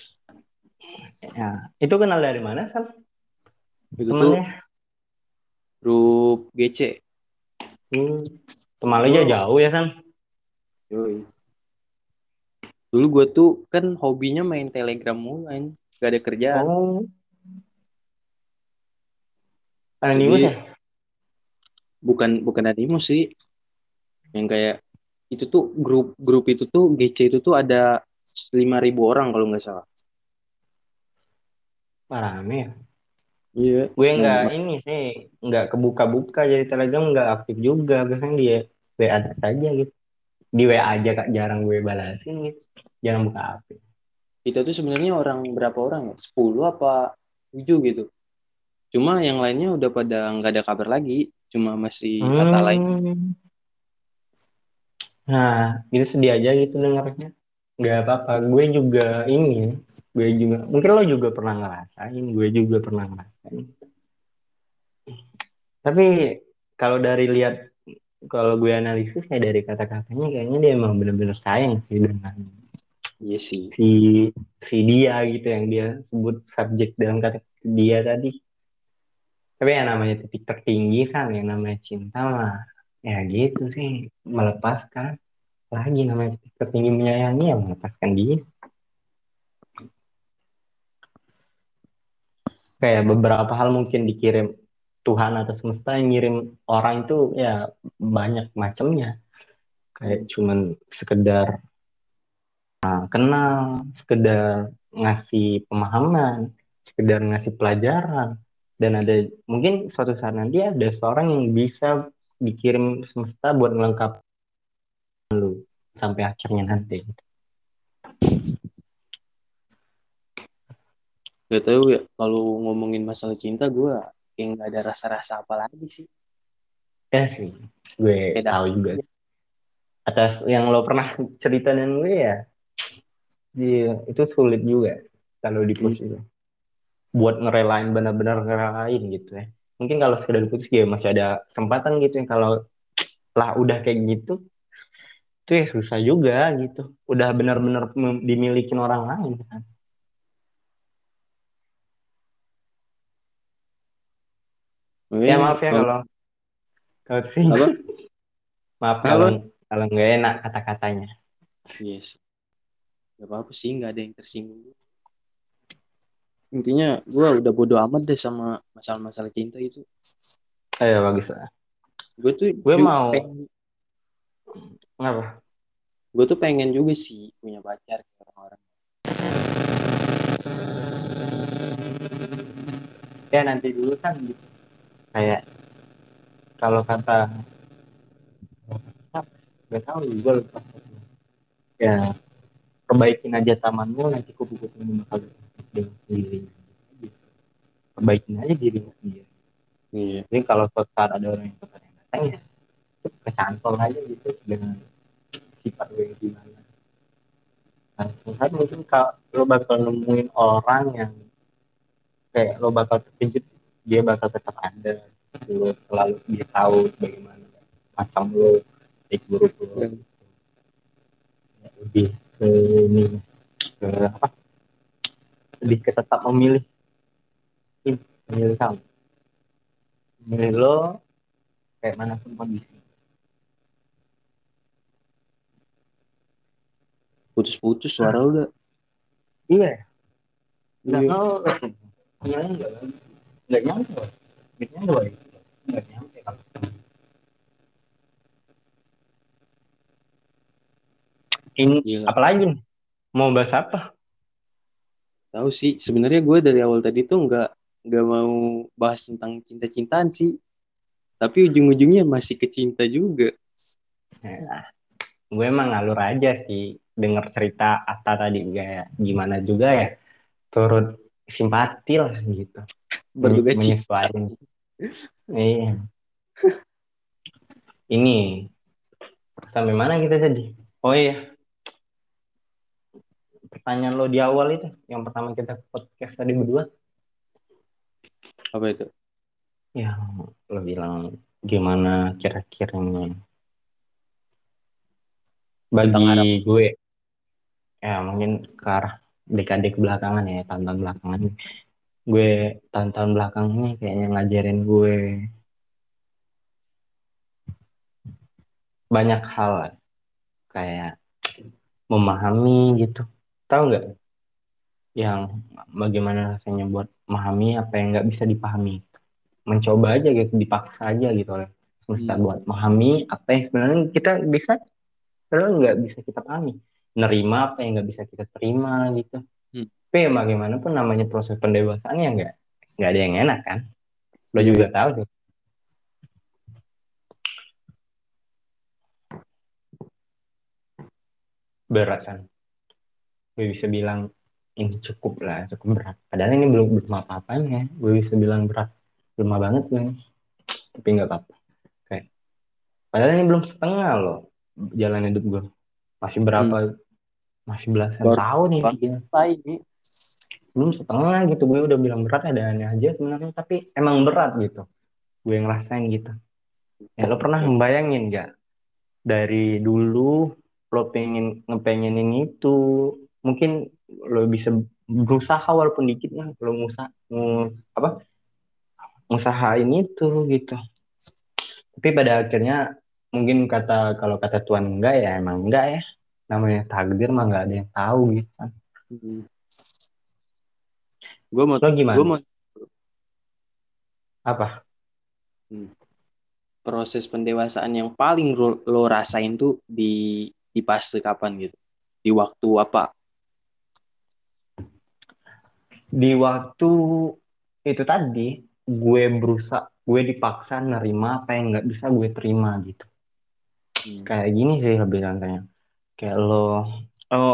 Ya. Itu kenal dari mana, San? Itu tuh Temennya? grup G C. Hmm. Teman aja Gue, jauh ya San. yoi. Dulu gue tuh kan hobinya main Telegram mulu kan, gak ada kerjaan. Oh, anonimus Jadi ya? bukan bukan animus sih, yang kayak itu tuh grup grup itu tuh G C itu tuh ada lima ribu orang kalau nggak salah. Wah, rame ya. Iya. Gue Nah, nggak ma- ini sih, nggak kebuka-buka jadi Telegram nggak aktif juga. Biasanya dia W A saja gitu. Di W A aja kak jarang gue balasin gitu. Jarang buka H P. kita tuh sebenarnya orang berapa orang ya? Sepuluh apa tujuh gitu. Cuma yang lainnya udah pada nggak ada kabar lagi. Cuma masih kata lain. Hmm. Nah, itu sedih aja gitu dengarnya. Nggak apa-apa. Gue juga ini, gue juga, mungkin lo juga pernah ngerasain, gue juga pernah ngerasain. Tapi kalau dari lihat, kalau gue analisis kayak dari kata-katanya, kayaknya dia emang bener-bener sayang sih dengan Iya sih. si si dia gitu yang dia sebut subjek dalam kata dia tadi. Tapi yang namanya titik tertinggi kan, yang namanya cinta mah, ya gitu sih, melepaskan lagi namanya titik tertinggi menyayangi ya melepaskan dia. Kayak beberapa hal mungkin dikirim Tuhan atau semesta yang ngirim orang itu ya banyak macamnya. Kayak cuman sekedar uh, kenal, sekedar ngasih pemahaman, sekedar ngasih pelajaran. Dan ada mungkin suatu saat nanti ada seorang yang bisa dikirim semesta buat melengkapi sampai akhirnya nanti. Gak tahu ya. Kalau ngomongin masalah cinta, gue kayak nggak ada rasa-rasa apa lagi sih. Ya sih, gue Kayak tahu dapet juga. aja. Atas yang lo pernah cerita dengan gue ya, dia, itu sulit juga kalau di Iya. posisi buat ngerelain benar-benar ngerelain gitu ya. Mungkin kalau sekedar putus ya masih ada kesempatan gitu ya. Kalau lah udah kayak gitu, itu ya susah juga gitu. Udah benar-benar mem- dimiliki orang lain kan. Ya Makanya maaf ya kalau kalau kalau tersinggung. apa? Maaf kalau Apa? kalau nggak enak kata-katanya. Yes. Gak apa-apa sih, nggak ada yang tersinggung. Intinya gue udah bodo amat deh sama masalah-masalah cinta itu. Ayo bagus lah. Gue tuh Gue ju- mau pengen, ngapa? gue tuh pengen juga sih punya pacar kayak orang-orang. Ya nanti dulu kan gitu. Kayak kalau kata nggak tahu gue lupa. Ya perbaikin aja tamanmu nanti kupu-kupumu bakal dengan sendirinya. Perbaikin aja dirimu sendiri. Iya. Jadi kalau suatu saat ada orang yang tepat yang datang ya kecantol aja gitu dengan sifat gue yang gimana. Nah, suatu saat mungkin kalau lo bakal nemuin orang yang kayak lo bakal terkejut dia bakal tetap ada. Lo selalu dia tahu bagaimana macam lo, baik buruk lo. Hmm. Ya, lebih ke ini ke apa? Lebih ke tetap memilih ini, memilih kamu, memilih lo kayak manapun kondisi. Putus-putus suara udah. Iya, nggak Iya. tahu sinyalnya nggak nggak nyampe loh. Bitnya dua itu nggak nyampe kalau ini Gila. apalagi nih mau bahas apa. Tahu sih, sebenarnya gue dari awal tadi tuh nggak nggak mau bahas tentang cinta-cintaan sih, tapi ujung-ujungnya masih ke cinta juga. Nah, gue emang ngalur aja sih denger cerita Atta tadi kayak gimana juga ya turut simpati lah gitu. Men- Berduka cita. menyesuaikan iya ini sampai mana kita tadi. Oh iya, pertanyaan lo di awal itu yang pertama kita podcast tadi berdua Apa itu? yang lo bilang gimana kira-kiranya Tentang bagi harap. gue ya mungkin ke arah dekade kebelakangan ya tahun-tahun belakangan gue tahun-tahun belakang ini kayaknya ngajarin gue banyak hal kayak memahami gitu. Tahu nggak yang bagaimana rasanya buat memahami apa yang nggak bisa dipahami? Mencoba aja gitu, dipaksa aja gitu oleh semesta Hmm. buat memahami apa yang sebenarnya kita bisa, padahal nggak bisa kita pahami. Nerima apa yang nggak bisa kita terima gitu. Hmm. Tapi ya bagaimanapun namanya proses pendewasaan ya nggak nggak ada yang enak kan. Lo Iya. juga tahu sih. Berat kan. Gue bisa bilang ini cukup lah, cukup berat. Padahal ini belum belum apa-apanya. Gue bisa bilang berat. Belum banget gue. Tapi nggak apa-apa. Kayak, padahal ini belum setengah loh jalan hidup gue. Masih Hmm. berapa, masih belasan Baru tahun ini. baru selesai ini. Belum setengah gitu. Gue udah bilang berat ada aneh aja sebenarnya. Tapi emang berat gitu. Gue ngerasain gitu. Ya lo pernah Oke. membayangin nggak? Dari dulu lo pengen ngepengenin itu, mungkin lo bisa berusaha walaupun dikit lah, lo ngusaha ngus, apa ngusahain itu gitu. Tapi pada akhirnya mungkin kata kalau kata Tuhan enggak ya emang enggak ya, namanya takdir mah nggak ada yang tahu gitu kan. Hmm. Gue mau Lo gue gimana? mau Apa? hmm. proses pendewasaan yang paling lo, lo rasain tuh di di fase kapan gitu? Di waktu apa? Di waktu itu tadi gue berusaha, gue dipaksa nerima apa yang nggak bisa gue terima gitu. Hmm. Kayak gini sih lebih santainya. Kayak lo, oh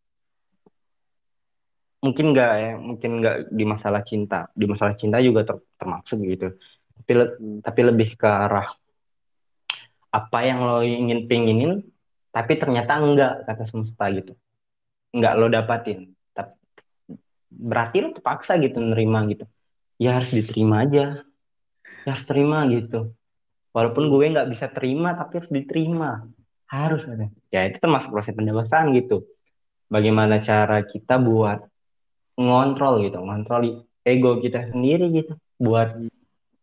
mungkin nggak ya, mungkin nggak di masalah cinta. Di masalah cinta juga ter- termasuk gitu. Tapi le- Hmm. tapi lebih ke arah apa yang lo ingin pinginin, tapi ternyata enggak kata semesta gitu. Enggak lo dapatin. Tapi berarti lo terpaksa gitu nerima gitu. Ya harus diterima aja. Ya harus terima gitu. Walaupun Hmm. gue nggak bisa terima, tapi harus diterima. Harus ada. Ya itu termasuk proses pendewasaan gitu. Bagaimana cara kita buat ngontrol gitu, ngontrol ego kita sendiri gitu, buat Hmm.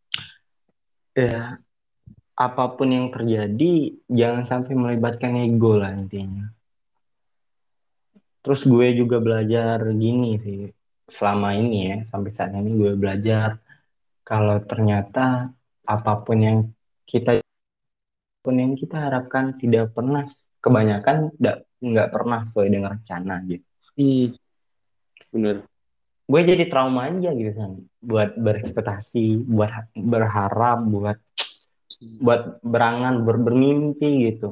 ya apapun yang terjadi jangan sampai melibatkan ego lah intinya. Terus gue juga belajar gini sih selama ini ya, sampai saat ini gue belajar kalau ternyata apapun yang kita apapun yang kita harapkan tidak pernah, kebanyakan nggak nggak pernah sesuai dengan rencana gitu. Hmm. Bener. Gue jadi trauma aja gitu kan, buat berekspektasi, buat berharap, buat Hmm. buat berangan, ber, bermimpi gitu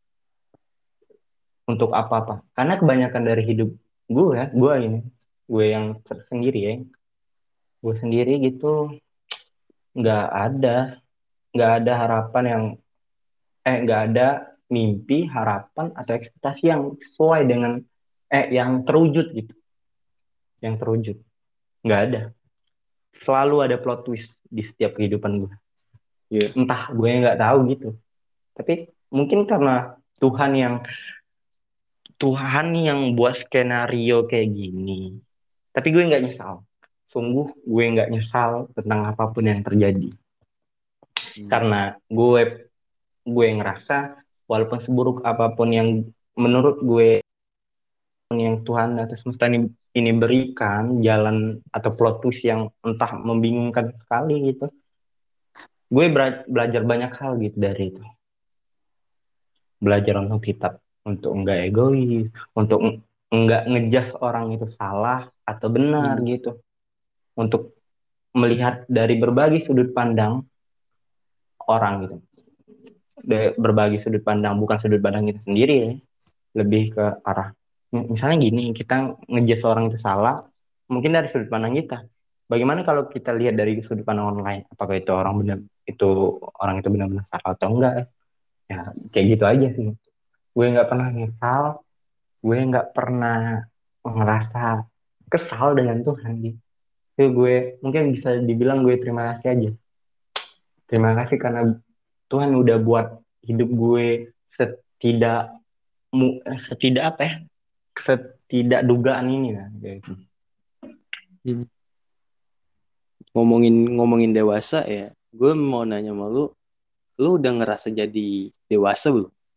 untuk apa-apa. Karena kebanyakan dari hidup gue, ya, gue ini, gue yang sendiri ya, gue sendiri gitu, nggak ada, nggak ada harapan yang, eh, nggak ada mimpi, harapan atau ekspektasi yang sesuai dengan, eh, yang terwujud gitu, yang terwujud, nggak ada. Selalu ada plot twist di setiap kehidupan gue. Iya. Entah gue nggak tahu gitu. Tapi mungkin karena Tuhan yang Tuhan yang buat skenario kayak gini. Tapi gue nggak nyesal. Sungguh gue nggak nyesal tentang apapun yang terjadi. Hmm. Karena gue gue ngerasa walaupun seburuk apapun yang menurut gue yang Tuhan atau semesta ini, ini berikan jalan atau plot twist yang entah membingungkan sekali gitu. Gue bela- belajar banyak hal gitu dari itu. Belajar untuk tetap untuk enggak egois, untuk en- enggak ngejas orang itu salah atau benar Hmm. gitu. Untuk melihat dari berbagai sudut pandang orang gitu. Dari berbagai sudut pandang, bukan sudut pandang kita sendiri ya. Lebih ke arah misalnya gini, kita ngejas orang itu salah, mungkin dari sudut pandang kita. Bagaimana kalau kita lihat dari sudut pandang orang lain, apakah itu orang benar itu orang itu benar-benar salah atau enggak? Ya kayak gitu aja sih. Gue nggak pernah nyesal, gue nggak pernah ngerasa kesal dengan Tuhan gitu. Itu gue mungkin bisa dibilang gue terima kasih aja. Terima kasih karena Tuhan udah buat hidup gue setidak mu, setidak apa ya? Setidak dugaan ini kan gitu. Hmm. Ngomongin ngomongin dewasa ya, gue mau nanya sama lu, lu udah ngerasa jadi dewasa belum?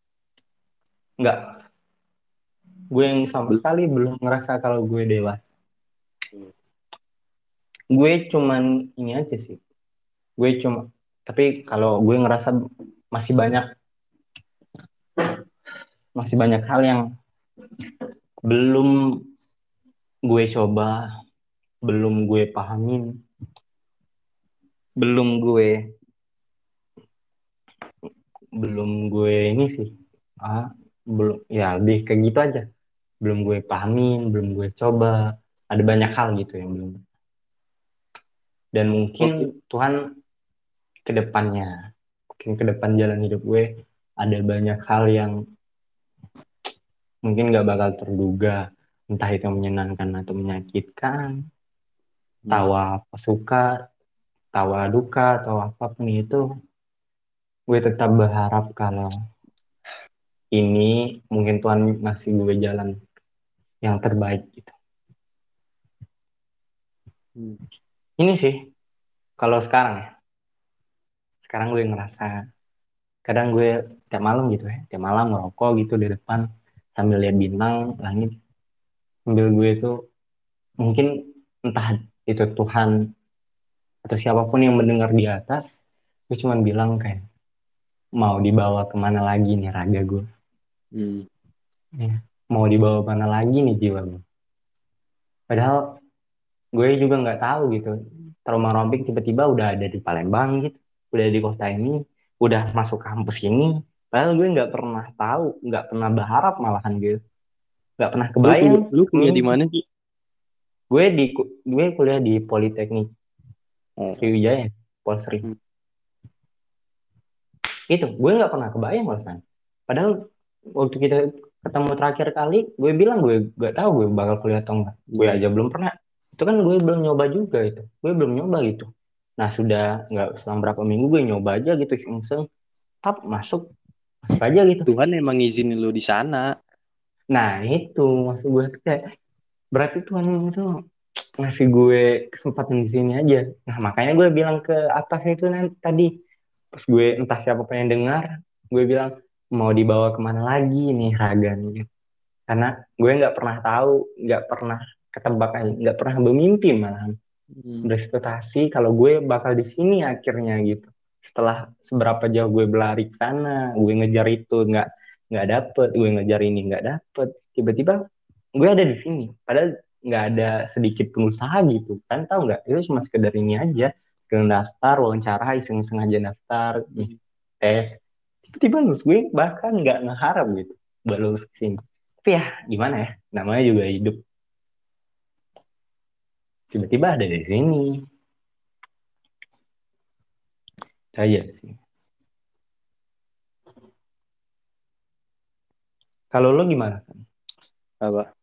Nggak, gue yang sama Belum. sekali belum ngerasa kalau gue dewasa. Hmm. Gue cuman ini aja sih. Gue cuma, tapi kalau gue ngerasa masih banyak, masih banyak hal yang belum gue coba, belum gue pahamin, belum gue, belum gue ini sih. Ah, belum, ya lebih kayak gitu aja. Belum gue pahamin, belum gue coba. Ada banyak hal gitu yang belum. Dan mungkin Oke. Tuhan ke depannya, mungkin ke depan jalan hidup gue ada banyak hal yang mungkin gak bakal terduga, entah itu menyenangkan atau menyakitkan, Hmm. tawa apa suka, tawa duka atau apapun itu, gue tetap berharap kalau ini mungkin Tuhan ngasih gue jalan yang terbaik gitu. Hmm. Ini sih kalau sekarang ya, sekarang gue ngerasa kadang gue tiap malam gitu ya, tiap malam ngerokok gitu di depan sambil lihat bintang langit, sambil gue itu mungkin entah itu Tuhan atau siapapun yang mendengar di atas, gue cuma bilang kayak mau dibawa kemana lagi nih raga gue. Hmm. Ya, mau dibawa kemana lagi nih jiwa gue. Padahal gue juga nggak tahu gitu. Trauma rompik tiba-tiba udah ada di Palembang gitu, udah di kota ini, udah masuk kampus ini. Padahal gue nggak pernah tahu, nggak pernah berharap malahan gitu, nggak pernah Lu kebayang. kuliah, lu kuliah di Mimpi. mana sih? Gue di gue kuliah di Politeknik Oh. Sriwijaya, Polsri. Hmm. Itu gue nggak pernah kebayang malahan. Padahal waktu kita ketemu terakhir kali, gue bilang gue gak tahu gue bakal kuliah atau enggak. Gue Iya. aja belum pernah. Itu kan gue belum nyoba juga itu. Gue belum nyoba gitu. Nah sudah nggak selang berapa minggu gue nyoba aja gitu, iseng, tap masuk, masuk aja gitu. Tuhan emang ngizinin lu di sana. Nah itu maksud gue tuh kayak berarti Tuhan itu ngasih gue kesempatan di sini aja. Nah makanya gue bilang ke atas itu nanti tadi, pas gue entah siapa pengen dengar, gue bilang mau dibawa kemana lagi nih raga nih. Karena gue nggak pernah tahu, nggak pernah ketebak, nggak pernah bermimpi malah Hmm. berekspektasi kalau gue bakal di sini akhirnya gitu. Setelah seberapa jauh gue berlari ke sana, gue ngejar itu nggak nggak dapet, gue ngejar ini nggak dapet, tiba-tiba gue ada di sini. Padahal nggak ada sedikit pun usaha gitu, kan tahu nggak? Itu cuma sekedar ini aja, ke daftar, wawancara, iseng-iseng aja daftar, Hmm. tes, tiba-tiba lulus. Gue bahkan nggak ngeharap gitu buat lulus ke sini. Tapi ya gimana ya, namanya juga hidup. Tiba-tiba ada di sini. Saya sih. Kalau lo gimana? Apa?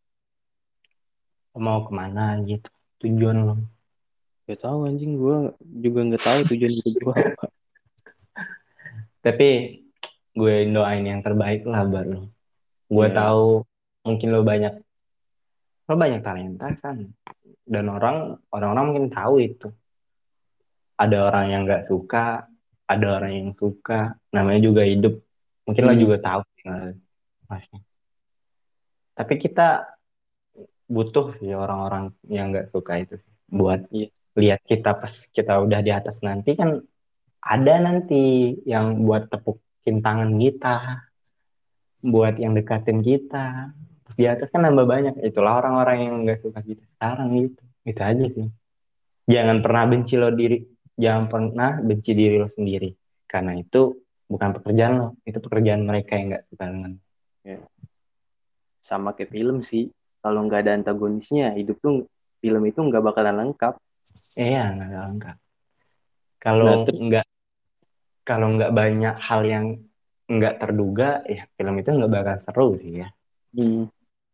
Mau kemana gitu? Tujuan lo? Gak tahu anjing, gue juga nggak tahu tujuan hidup gue apa. Tapi gue doain yang terbaik lah buat lo. Gue Iya. tahu mungkin lo banyak lo banyak talenta kan. Dan orang orang-orang mungkin tahu itu. Ada orang yang nggak suka, ada orang yang suka. Namanya juga hidup. Mungkin lo Hmm. juga tahu. eh, Masnya. Tapi kita butuh sih orang-orang yang nggak suka itu sih. Buat Iya. lihat kita pas kita udah di atas nanti kan ada nanti yang buat tepukin tangan kita, buat yang dekatin kita. Terus di atas kan nambah banyak. Itulah orang-orang yang nggak suka kita sekarang gitu. Itu aja sih. Jangan pernah benci lo diri, jangan pernah benci diri lo sendiri. Karena itu bukan pekerjaan lo, itu pekerjaan mereka yang nggak suka dengan. Ya. Sama kayak film sih. Kalau nggak ada antagonisnya, hidup tuh film itu nggak bakalan lengkap. Eh ya nggak ada lengkap. Kalau Nah, terus, nggak kalau nggak banyak hal yang nggak terduga, ya film itu nggak bakal seru sih ya. hmm.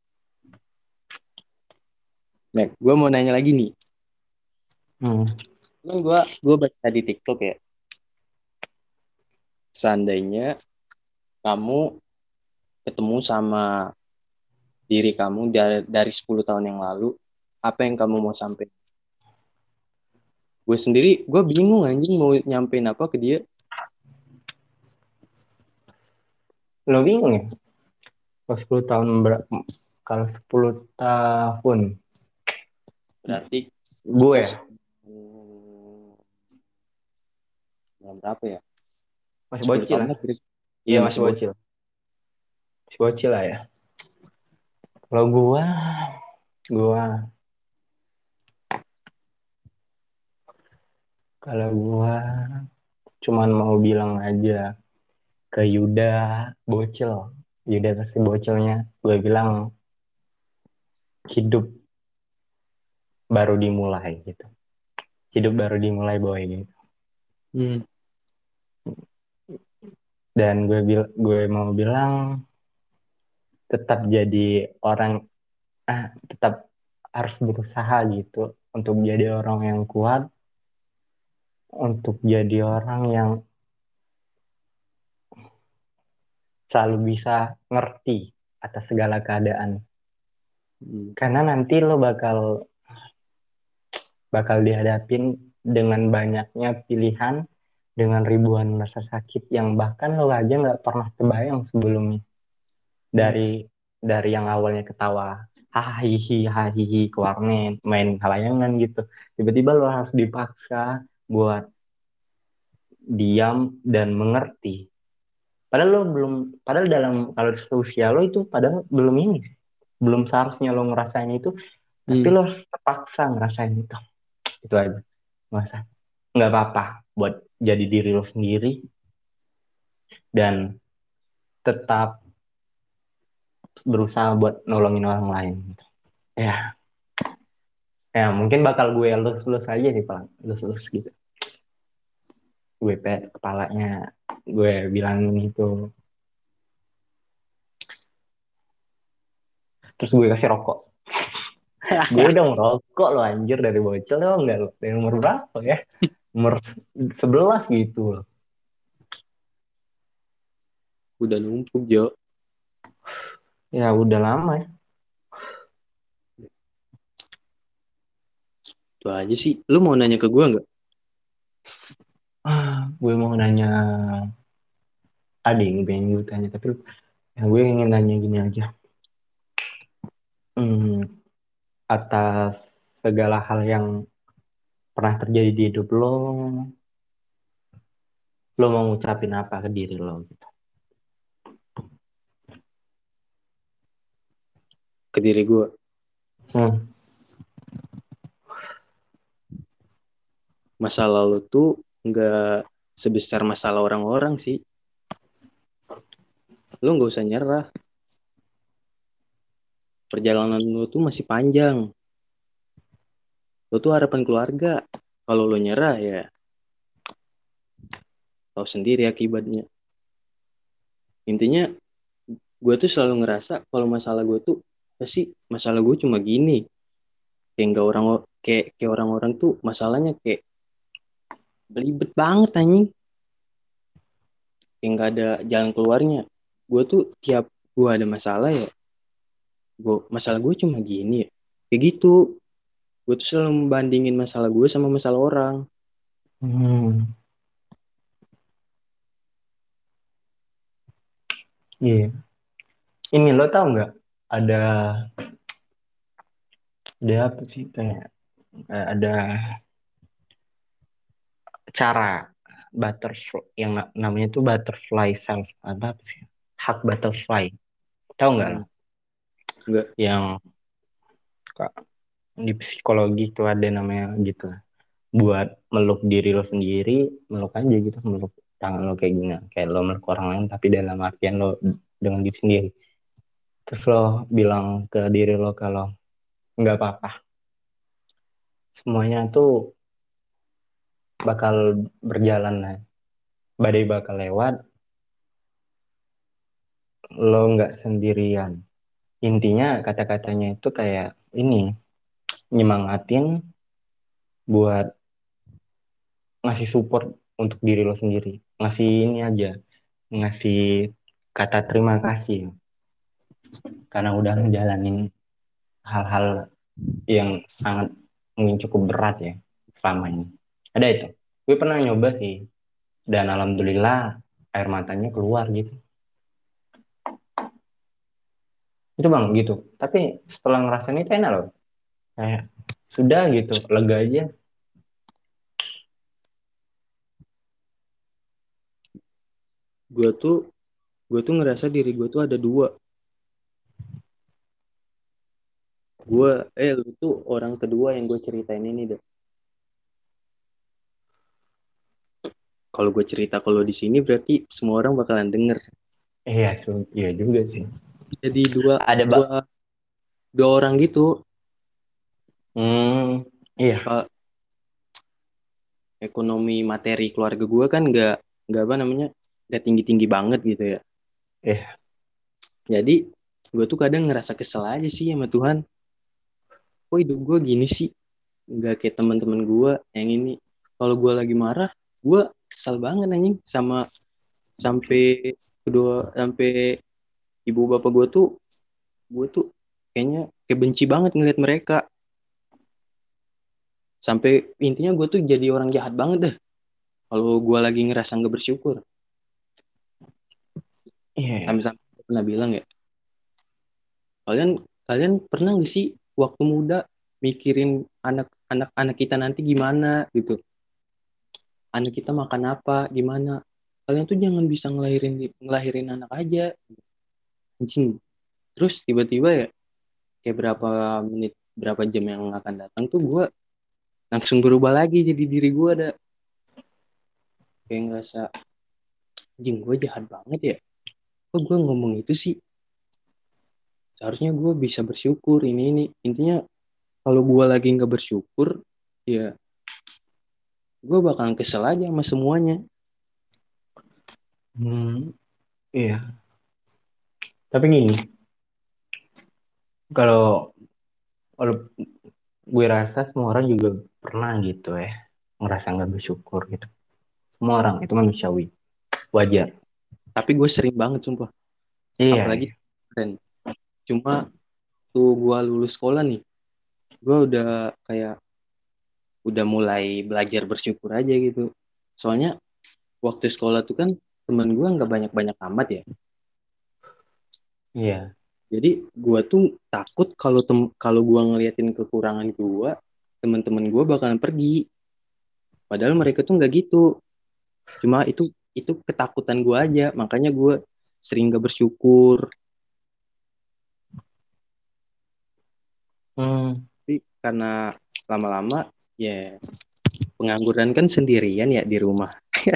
Nah, gue mau nanya lagi nih. Hmm. Kan gue gue baca di TikTok ya. Seandainya kamu ketemu sama diri kamu dari, dari sepuluh tahun yang lalu, apa yang kamu mau sampaikan? Gue sendiri, gue bingung anjing mau nyampein apa ke dia. Lo bingung ya? Kalau sepuluh tahun ber- kalau sepuluh tahun Berarti gue ya hmm, tahun berapa ya? masih Sepuluh bocil tahun lah. lagi. Iya Iya masih masih bocil. bocil. Masih bocil lah ya. Kalau gua gua kalau gua cuman mau bilang aja ke Yuda bocil. Yuda versi bocilnya gue bilang hidup baru dimulai gitu. Hidup baru dimulai boy gitu. Hmm. Dan gue bil gue mau bilang tetap jadi orang ah tetap harus berusaha gitu untuk jadi orang yang kuat, untuk jadi orang yang selalu bisa ngerti atas segala keadaan. Hmm. Karena nanti lo bakal bakal dihadapin dengan banyaknya pilihan, dengan ribuan rasa sakit yang bahkan lo aja nggak pernah terbayang sebelumnya. Hmm. Dari dari yang awalnya ketawa, hahihi hahihi ke warnet, main halayangan gitu. Tiba-tiba lo harus dipaksa buat diam dan mengerti. Padahal lo belum, padahal dalam kalau sosial lo itu padahal belum ini, belum seharusnya lo ngerasain itu, tapi Hmm. lo harus terpaksa ngerasain itu. Itu aja. Masa nggak apa-apa buat jadi diri lo sendiri dan tetap berusaha buat nolongin orang lain. Ya, ya mungkin bakal gue lus-lus aja sih, Pak. Lus-lus gitu. Gue pet kepalanya, gue bilangin itu. Terus gue kasih rokok. Gue udah ngerokok lo anjir dari bocil lo enggak lo. Dari umur berapa ya? Umur sebelas gitu loh. Udah numpuk Jo. Ya udah lama ya. Itu aja sih. Lu mau nanya ke gua nggak? Ah, gue mau nanya, ada yang pengen gue tanya tapi ya gue ingin nanya gini aja. Hmm, atas segala hal yang pernah terjadi di hidup lo, lo mau ngucapin apa ke diri lo gitu? Ke diri gua. Hmm. Masa lalu tuh nggak sebesar masalah orang-orang sih. Lu nggak usah nyerah. Perjalanan lu tuh masih panjang. Lu tuh harapan keluarga. Kalau lu nyerah ya tahu sendiri akibatnya. Intinya gue tuh selalu ngerasa kalau masalah gue tuh apa sih, masalah gue cuma gini. Kayak nggak orang kayak kayak orang-orang tuh masalahnya kayak belibet banget anjing. Kayak nggak ada jalan keluarnya. Gue tuh tiap gue ada masalah ya, gue masalah gue cuma gini ya. Kayak gitu. Gue tuh selalu membandingin masalah gue sama masalah orang. Hmm. Iya. Yeah. Ini lo tau nggak ada ada apa sih kayak kayak ada cara butterfly yang na- namanya tuh butterfly self ada apa sih? Hak butterfly. Tahu nggak lo? Hmm. Enggak. Yang ka- di psikologi tuh ada namanya gitu. Buat meluk diri lo sendiri, meluk aja gitu, meluk tangan lo kayak gini, kayak lo meluk orang lain tapi dalam artian lo dengan diri sendiri. Terus lo bilang ke diri lo kalau nggak apa-apa, semuanya tuh bakal berjalan lah, badai bakal lewat, lo nggak sendirian. Intinya kata-katanya itu kayak ini, nyemangatin buat ngasih support untuk diri lo sendiri, ngasih ini aja, ngasih kata terima kasih karena udah ngejalanin hal-hal yang sangat mungkin cukup berat ya selama ini. Ada itu. Gue pernah nyoba sih dan alhamdulillah air matanya keluar gitu. Itu bang gitu. Tapi setelah ngerasain itu enak loh. Kayak sudah gitu, lega aja. Gue tuh gue tuh ngerasa diri gue tuh ada dua. Gue eh lu tuh orang kedua yang gue ceritain ini deh. Kalau gue cerita kalau di sini berarti semua orang bakalan denger. Iya, su- iya juga sih. Jadi dua Ada bak. dua dua orang gitu. Hmm, iya. Uh, Ekonomi materi keluarga gue kan nggak nggak apa namanya nggak tinggi tinggi banget gitu ya. Eh, Jadi gue tuh kadang ngerasa kesel aja sih sama Tuhan. Kok hidup gue gini sih? Nggak kayak teman-teman gue yang ini. Kalau gue lagi marah, gue kesel banget anjing sama sampai kedua sampai ibu bapak gue tuh gue tuh kayaknya kayak benci banget ngeliat mereka. Sampai intinya gue tuh jadi orang jahat banget deh. Kalau gue lagi ngerasa nggak bersyukur. iya. Sampai-sampai gue pernah bilang ya, kalian kalian pernah nggak sih waktu muda mikirin anak-anak anak kita nanti gimana gitu? Anak kita makan apa, gimana? Kalian tuh jangan bisa ngelahirin ngelahirin anak aja. Anjing. Terus tiba-tiba ya kayak berapa menit, berapa jam yang akan datang tuh gue langsung berubah lagi jadi diri gue ada kayak ngerasa anjing gue jahat banget ya. Kok gue ngomong itu sih? Seharusnya gue bisa bersyukur ini ini. Intinya kalau gue lagi nggak bersyukur, ya gue bakalan kesel aja sama semuanya. Hmm, iya. Tapi gini, kalau kalau gue rasa semua orang juga pernah gitu ya ngerasa nggak bersyukur gitu. Semua orang itu manusiawi, wajar. Tapi gue sering banget sumpah. Iya, Apalagi iya. keren. Cuma tuh gue lulus sekolah nih, gue udah kayak udah mulai belajar bersyukur aja gitu. Soalnya waktu sekolah tuh kan teman gue nggak banyak-banyak amat ya. Iya. Jadi gue tuh takut kalau tem kalau gue ngeliatin kekurangan gue, teman-teman gue bakalan pergi. Padahal mereka tuh nggak gitu. Cuma itu itu ketakutan gue aja. Makanya gue sering gak bersyukur. Hmm. Tapi karena lama-lama ya pengangguran kan sendirian ya di rumah.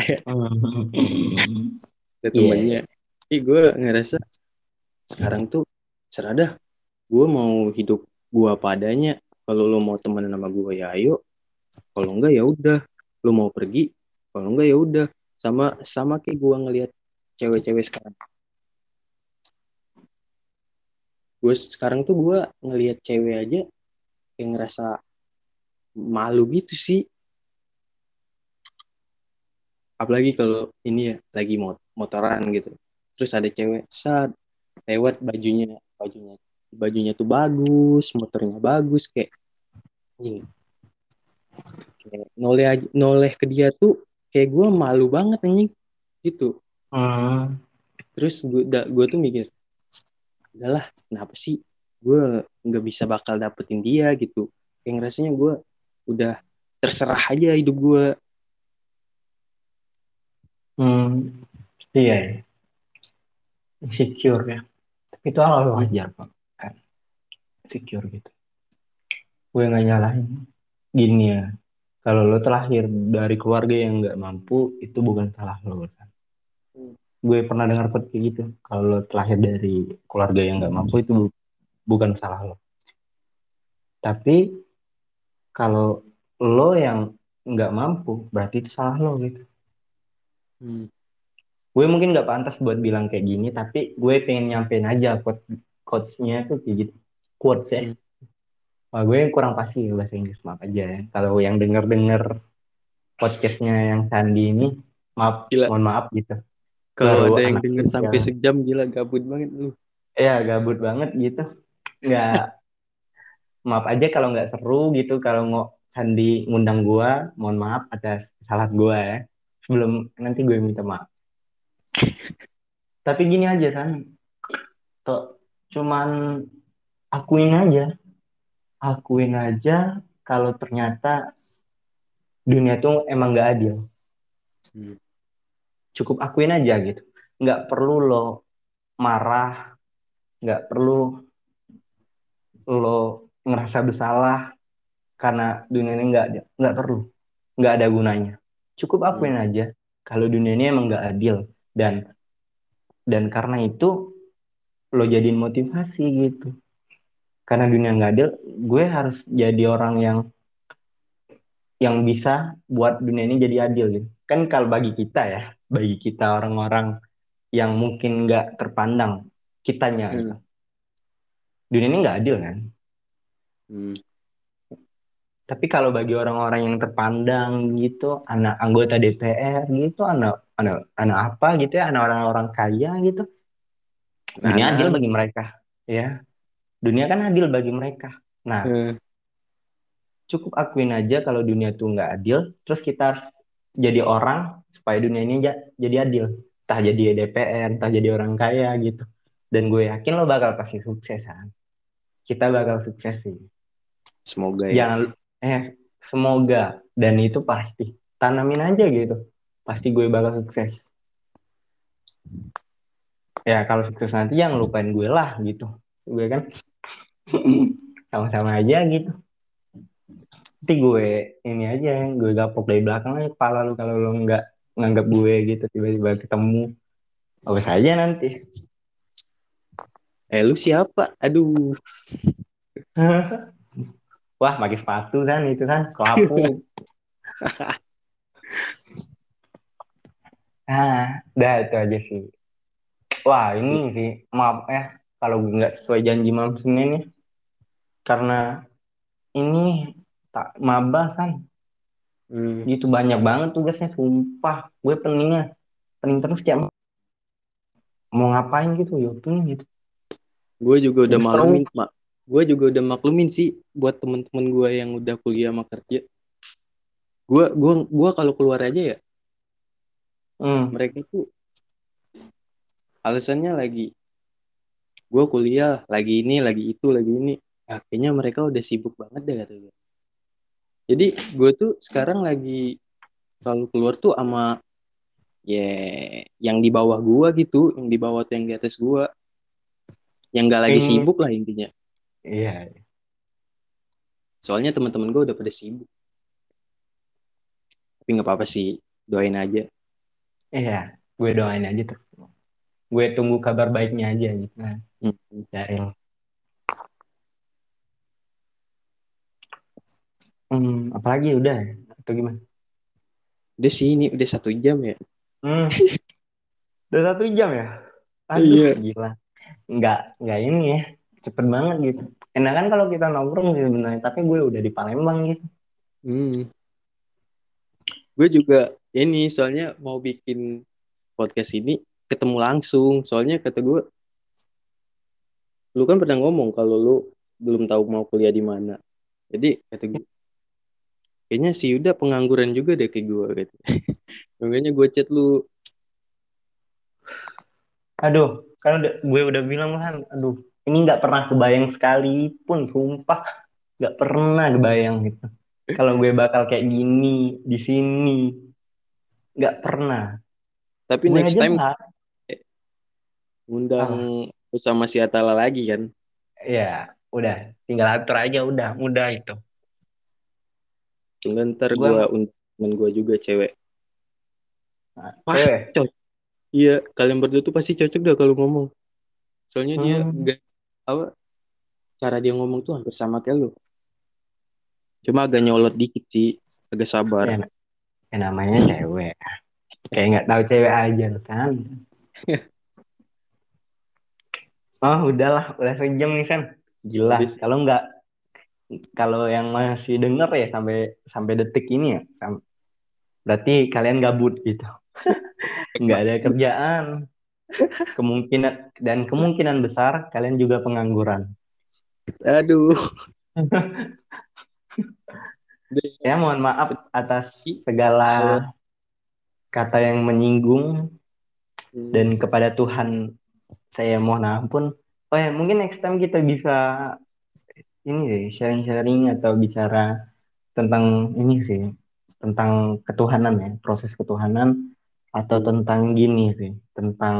Hmm. Ada Iya, temennya. iya. Jadi gue ngerasa sekarang tuh serah dah. Gue mau hidup gue apa adanya. Kalau lo mau temenan sama gue ya ayo. Kalau enggak ya udah. Lo mau pergi. Kalau enggak ya udah. Sama sama kayak gue ngelihat cewek-cewek sekarang. Gue sekarang tuh gue ngelihat cewek aja kayak ngerasa malu gitu sih. Apalagi kalau ini ya lagi mot motoran gitu. Terus ada cewek saat lewat bajunya bajunya bajunya tuh bagus, motornya bagus kayak anjing, kayak noleh aja, noleh ke dia tuh kayak gue malu banget anjing gitu. Hmm. Terus gue gue tuh mikir udahlah kenapa sih gue nggak bisa bakal dapetin dia gitu, kayak ngerasanya gue udah terserah aja hidup gue. Hmm. Iya, iya. Insecure ya. Itu hal wajar kok. Kan, insecure gitu. Gue nggak nyalahin. Gini ya. Kalau lo terlahir dari keluarga yang nggak mampu, itu bukan salah lo. Kan. Gue pernah dengar quote kayak gitu. Kalau lo terlahir dari keluarga yang nggak mampu, itu bu- bukan salah lo. Tapi kalau lo yang nggak mampu, berarti itu salah lo gitu. Hmm. Gue mungkin nggak pantas buat bilang kayak gini, tapi gue pengen nyampein aja quote quotes-nya tuh kayak gitu. Quotes ya. Hmm. Wah, gue kurang pasti bahasa Inggris, maaf aja ya. Kalau yang denger-denger podcastnya yang Sandi ini, maaf, Gila mohon maaf gitu. kalau Baru ada yang anak denger sosial. sampai sejam gila gabut banget lu. Ya, gabut banget gitu. Nggak, maaf aja kalau nggak seru gitu. Kalau mau Sandi ngundang gue, mohon maaf atas kesalahan gue ya. Sebelum nanti gue minta maaf. Tapi gini aja kan, toh cuman akuin aja, akuin aja kalau ternyata dunia tuh emang nggak adil. Hmm. Cukup akuin aja gitu. Nggak perlu lo marah, nggak perlu lo ngerasa bersalah karena dunia ini nggak adil. Nggak perlu, nggak ada gunanya. Cukup Hmm. akuin aja kalau dunia ini emang nggak adil, dan dan karena itu lo jadiin motivasi gitu. Karena dunia nggak adil, gue harus jadi orang yang yang bisa buat dunia ini jadi adil gitu. Kan kalau bagi kita ya, bagi kita orang-orang yang mungkin nggak terpandang kitanya gitu. Hmm. Dunia ini nggak adil kan. Hmm. Tapi kalau bagi orang-orang yang terpandang gitu, anak anggota D P R gitu, anak anak anak apa gitu ya, anak orang-orang kaya gitu, dunia adil Anak-anak. bagi mereka, ya. Dunia kan adil bagi mereka. Nah, Hmm. cukup akuin aja kalau dunia tuh nggak adil, terus kita harus jadi orang supaya dunia ini ja- jadi adil. Entah jadi D P R, entah jadi orang kaya gitu. Dan gue yakin lo bakal pasti sukses, Han. Kita bakal sukses sih. Semoga ya. Jangan, eh, semoga. Dan itu pasti. Tanamin aja gitu. Pasti gue bakal sukses. Ya, kalau sukses nanti jangan lupain gue lah gitu. Gue kan sama-sama aja gitu. Nanti gue ini aja, gue gapok dari belakang aja kepala lu kalau lu nggak nganggap gue gitu, tiba-tiba ketemu. Awas aja nanti. Eh lu siapa? Aduh. Wah, pakai sepatu kan itu kan, kelapu. Nah, udah itu aja sih. Wah, ini sih, maaf ya kalau gue nggak sesuai janji malam Senin ya. Karena ini tak maba kan, Hmm. gitu banyak banget tugasnya, sumpah. Gue peningnya, pening terus tiap mau ngapain gitu, ya pening gitu. Gue juga udah Terus terus. maklumin, mak. Gue juga udah maklumin sih buat temen-temen gue yang udah kuliah sama kerja. Gue gue gue kalau keluar aja ya, Hmm. mereka tuh alasannya lagi gue kuliah, lagi ini, lagi itu, lagi ini. Ya, kayaknya mereka udah sibuk banget deh kata gue. Jadi gue tuh sekarang lagi kalau keluar tuh sama ya yang di bawah gue gitu, yang di bawah tuh yang di atas gue, yang nggak lagi Ini, sibuk lah intinya. iya, Soalnya teman-teman gue udah pada sibuk. Tapi nggak apa-apa sih, doain aja. iya, gue doain aja tuh. Gue tunggu kabar baiknya aja gitu kan. Hmm. Dari hmm, apalagi udah ya? Atau gimana? Udah sih ini udah satu jam ya. Hmm, udah satu jam ya? Aduh, Iya. gila. Nggak, nggak ini ya. Cepet banget gitu. Enakan kalau kita nongkrong sih sebenarnya, tapi gue udah di Palembang gitu. Hmm. Gue juga ini soalnya mau bikin podcast ini ketemu langsung. Soalnya kata gue, lu kan pernah ngomong kalau lu belum tahu mau kuliah di mana. Jadi kata gue, kayaknya sih udah pengangguran juga deh kayak gue gitu. Makanya gue chat lu. Aduh, kan udah, gue udah bilang kan, aduh, ini nggak pernah kebayang sekalipun, sumpah, nggak pernah kebayang gitu. Kalau gue bakal kayak gini di sini, nggak pernah. Tapi Gue next aja time bah, eh, undang apa? lu sama si Atala lagi kan. Ya, udah, tinggal atur aja, udah, mudah itu. Tunggu ntar gue Gue, undang temen gue juga cewek. nah, Wah, cewek, cocok. Iya, kalian berdua tuh pasti cocok dah kalau ngomong. Soalnya dia hmm, gak apa cara dia ngomong tuh hampir sama kayak lu. Cuma agak nyolot dikit sih, agak sabar. ya, ya namanya cewek. Kayak nggak tahu cewek aja, San. Oh, udahlah, udah sejam nih, San. Gila, Habis kalau nggak, kalau yang masih denger ya sampai sampai detik ini ya, sam- berarti kalian gabut gitu. Nggak ada kerjaan. Kemungkinan dan kemungkinan besar kalian juga pengangguran. aduh. Ya, mohon maaf atas segala kata yang menyinggung, dan kepada Tuhan saya mohon ampun. Oh ya, mungkin next time kita bisa ini deh, sharing-sharing atau bicara tentang ini sih, tentang ketuhanan ya, proses ketuhanan atau Hmm. tentang gini sih, tentang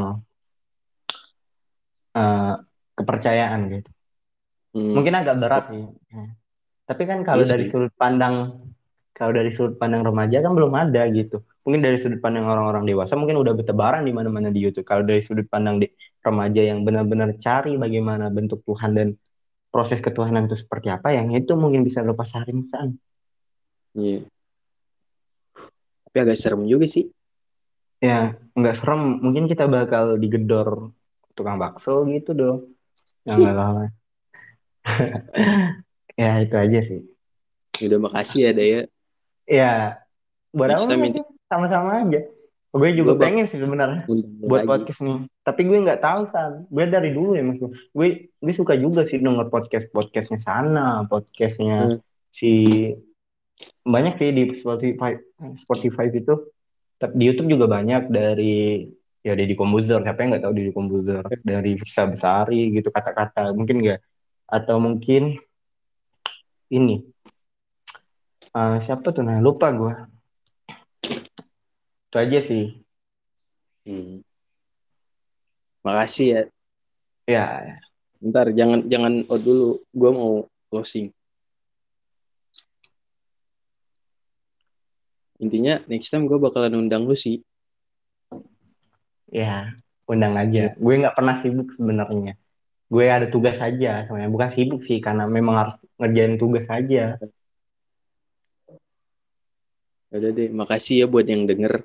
eh, kepercayaan gitu. Hmm. Mungkin agak berat sih. Ya. Tapi kan kalau Iya dari sih. sudut pandang kalau dari sudut pandang remaja kan belum ada gitu. Mungkin dari sudut pandang orang-orang dewasa mungkin udah bertebaran di mana-mana di YouTube. Kalau dari sudut pandang di remaja yang benar-benar cari bagaimana bentuk Tuhan dan proses ketuhanan itu seperti apa, yang itu mungkin bisa lepas hari insan. Iya. Tapi agak serem juga sih. Ya, nggak serem. Mungkin kita bakal digedor tukang bakso gitu dong. Yang nggak lama. Ya, itu aja sih. Udah makasih ya Daya. Ya, buat apa Next time ini makasih? Sama-sama aja. Gue juga gue bakal pengen sih sebenarnya undang lo buat lagi. podcast nih. Tapi gue nggak tahu San. Gue dari dulu ya mas. Gue gue suka juga sih denger podcast podcastnya sana, podcastnya Hmm. si banyak sih di Spotify Spotify itu. Tapi di YouTube juga banyak dari ya Deddy Kombuzer. Siapa yang nggak tahu Deddy Kombuzer? Dari Firsa Besari gitu kata-kata. Mungkin nggak atau mungkin ini eh, siapa tuh nah lupa gue. Itu aja sih. Hmm. Makasih ya. Ya, Ntar jangan jangan oh dulu. Gue mau closing. Intinya next time gue bakalan undang lu sih. ya undang aja. Ya Gue nggak pernah sibuk sebenarnya. Gue ada tugas aja sebenarnya. Bukan sibuk sih karena memang harus ngerjain tugas aja. udah deh. Makasih ya buat yang denger.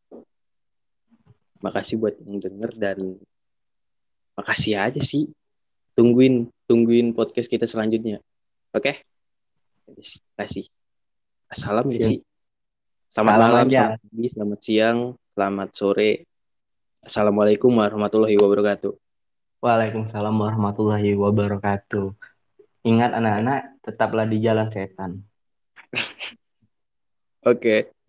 Makasih buat yang denger dan makasih aja sih. Tungguin tungguin podcast kita selanjutnya. Oke? Okay? Kasih. Assalam ya Siap. sih. Selamat Salam malam, aja. selamat pagi, selamat siang, selamat sore. Assalamualaikum warahmatullahi wabarakatuh. Waalaikumsalam warahmatullahi wabarakatuh. Ingat anak-anak, tetaplah di jalan setan. Oke. Okay.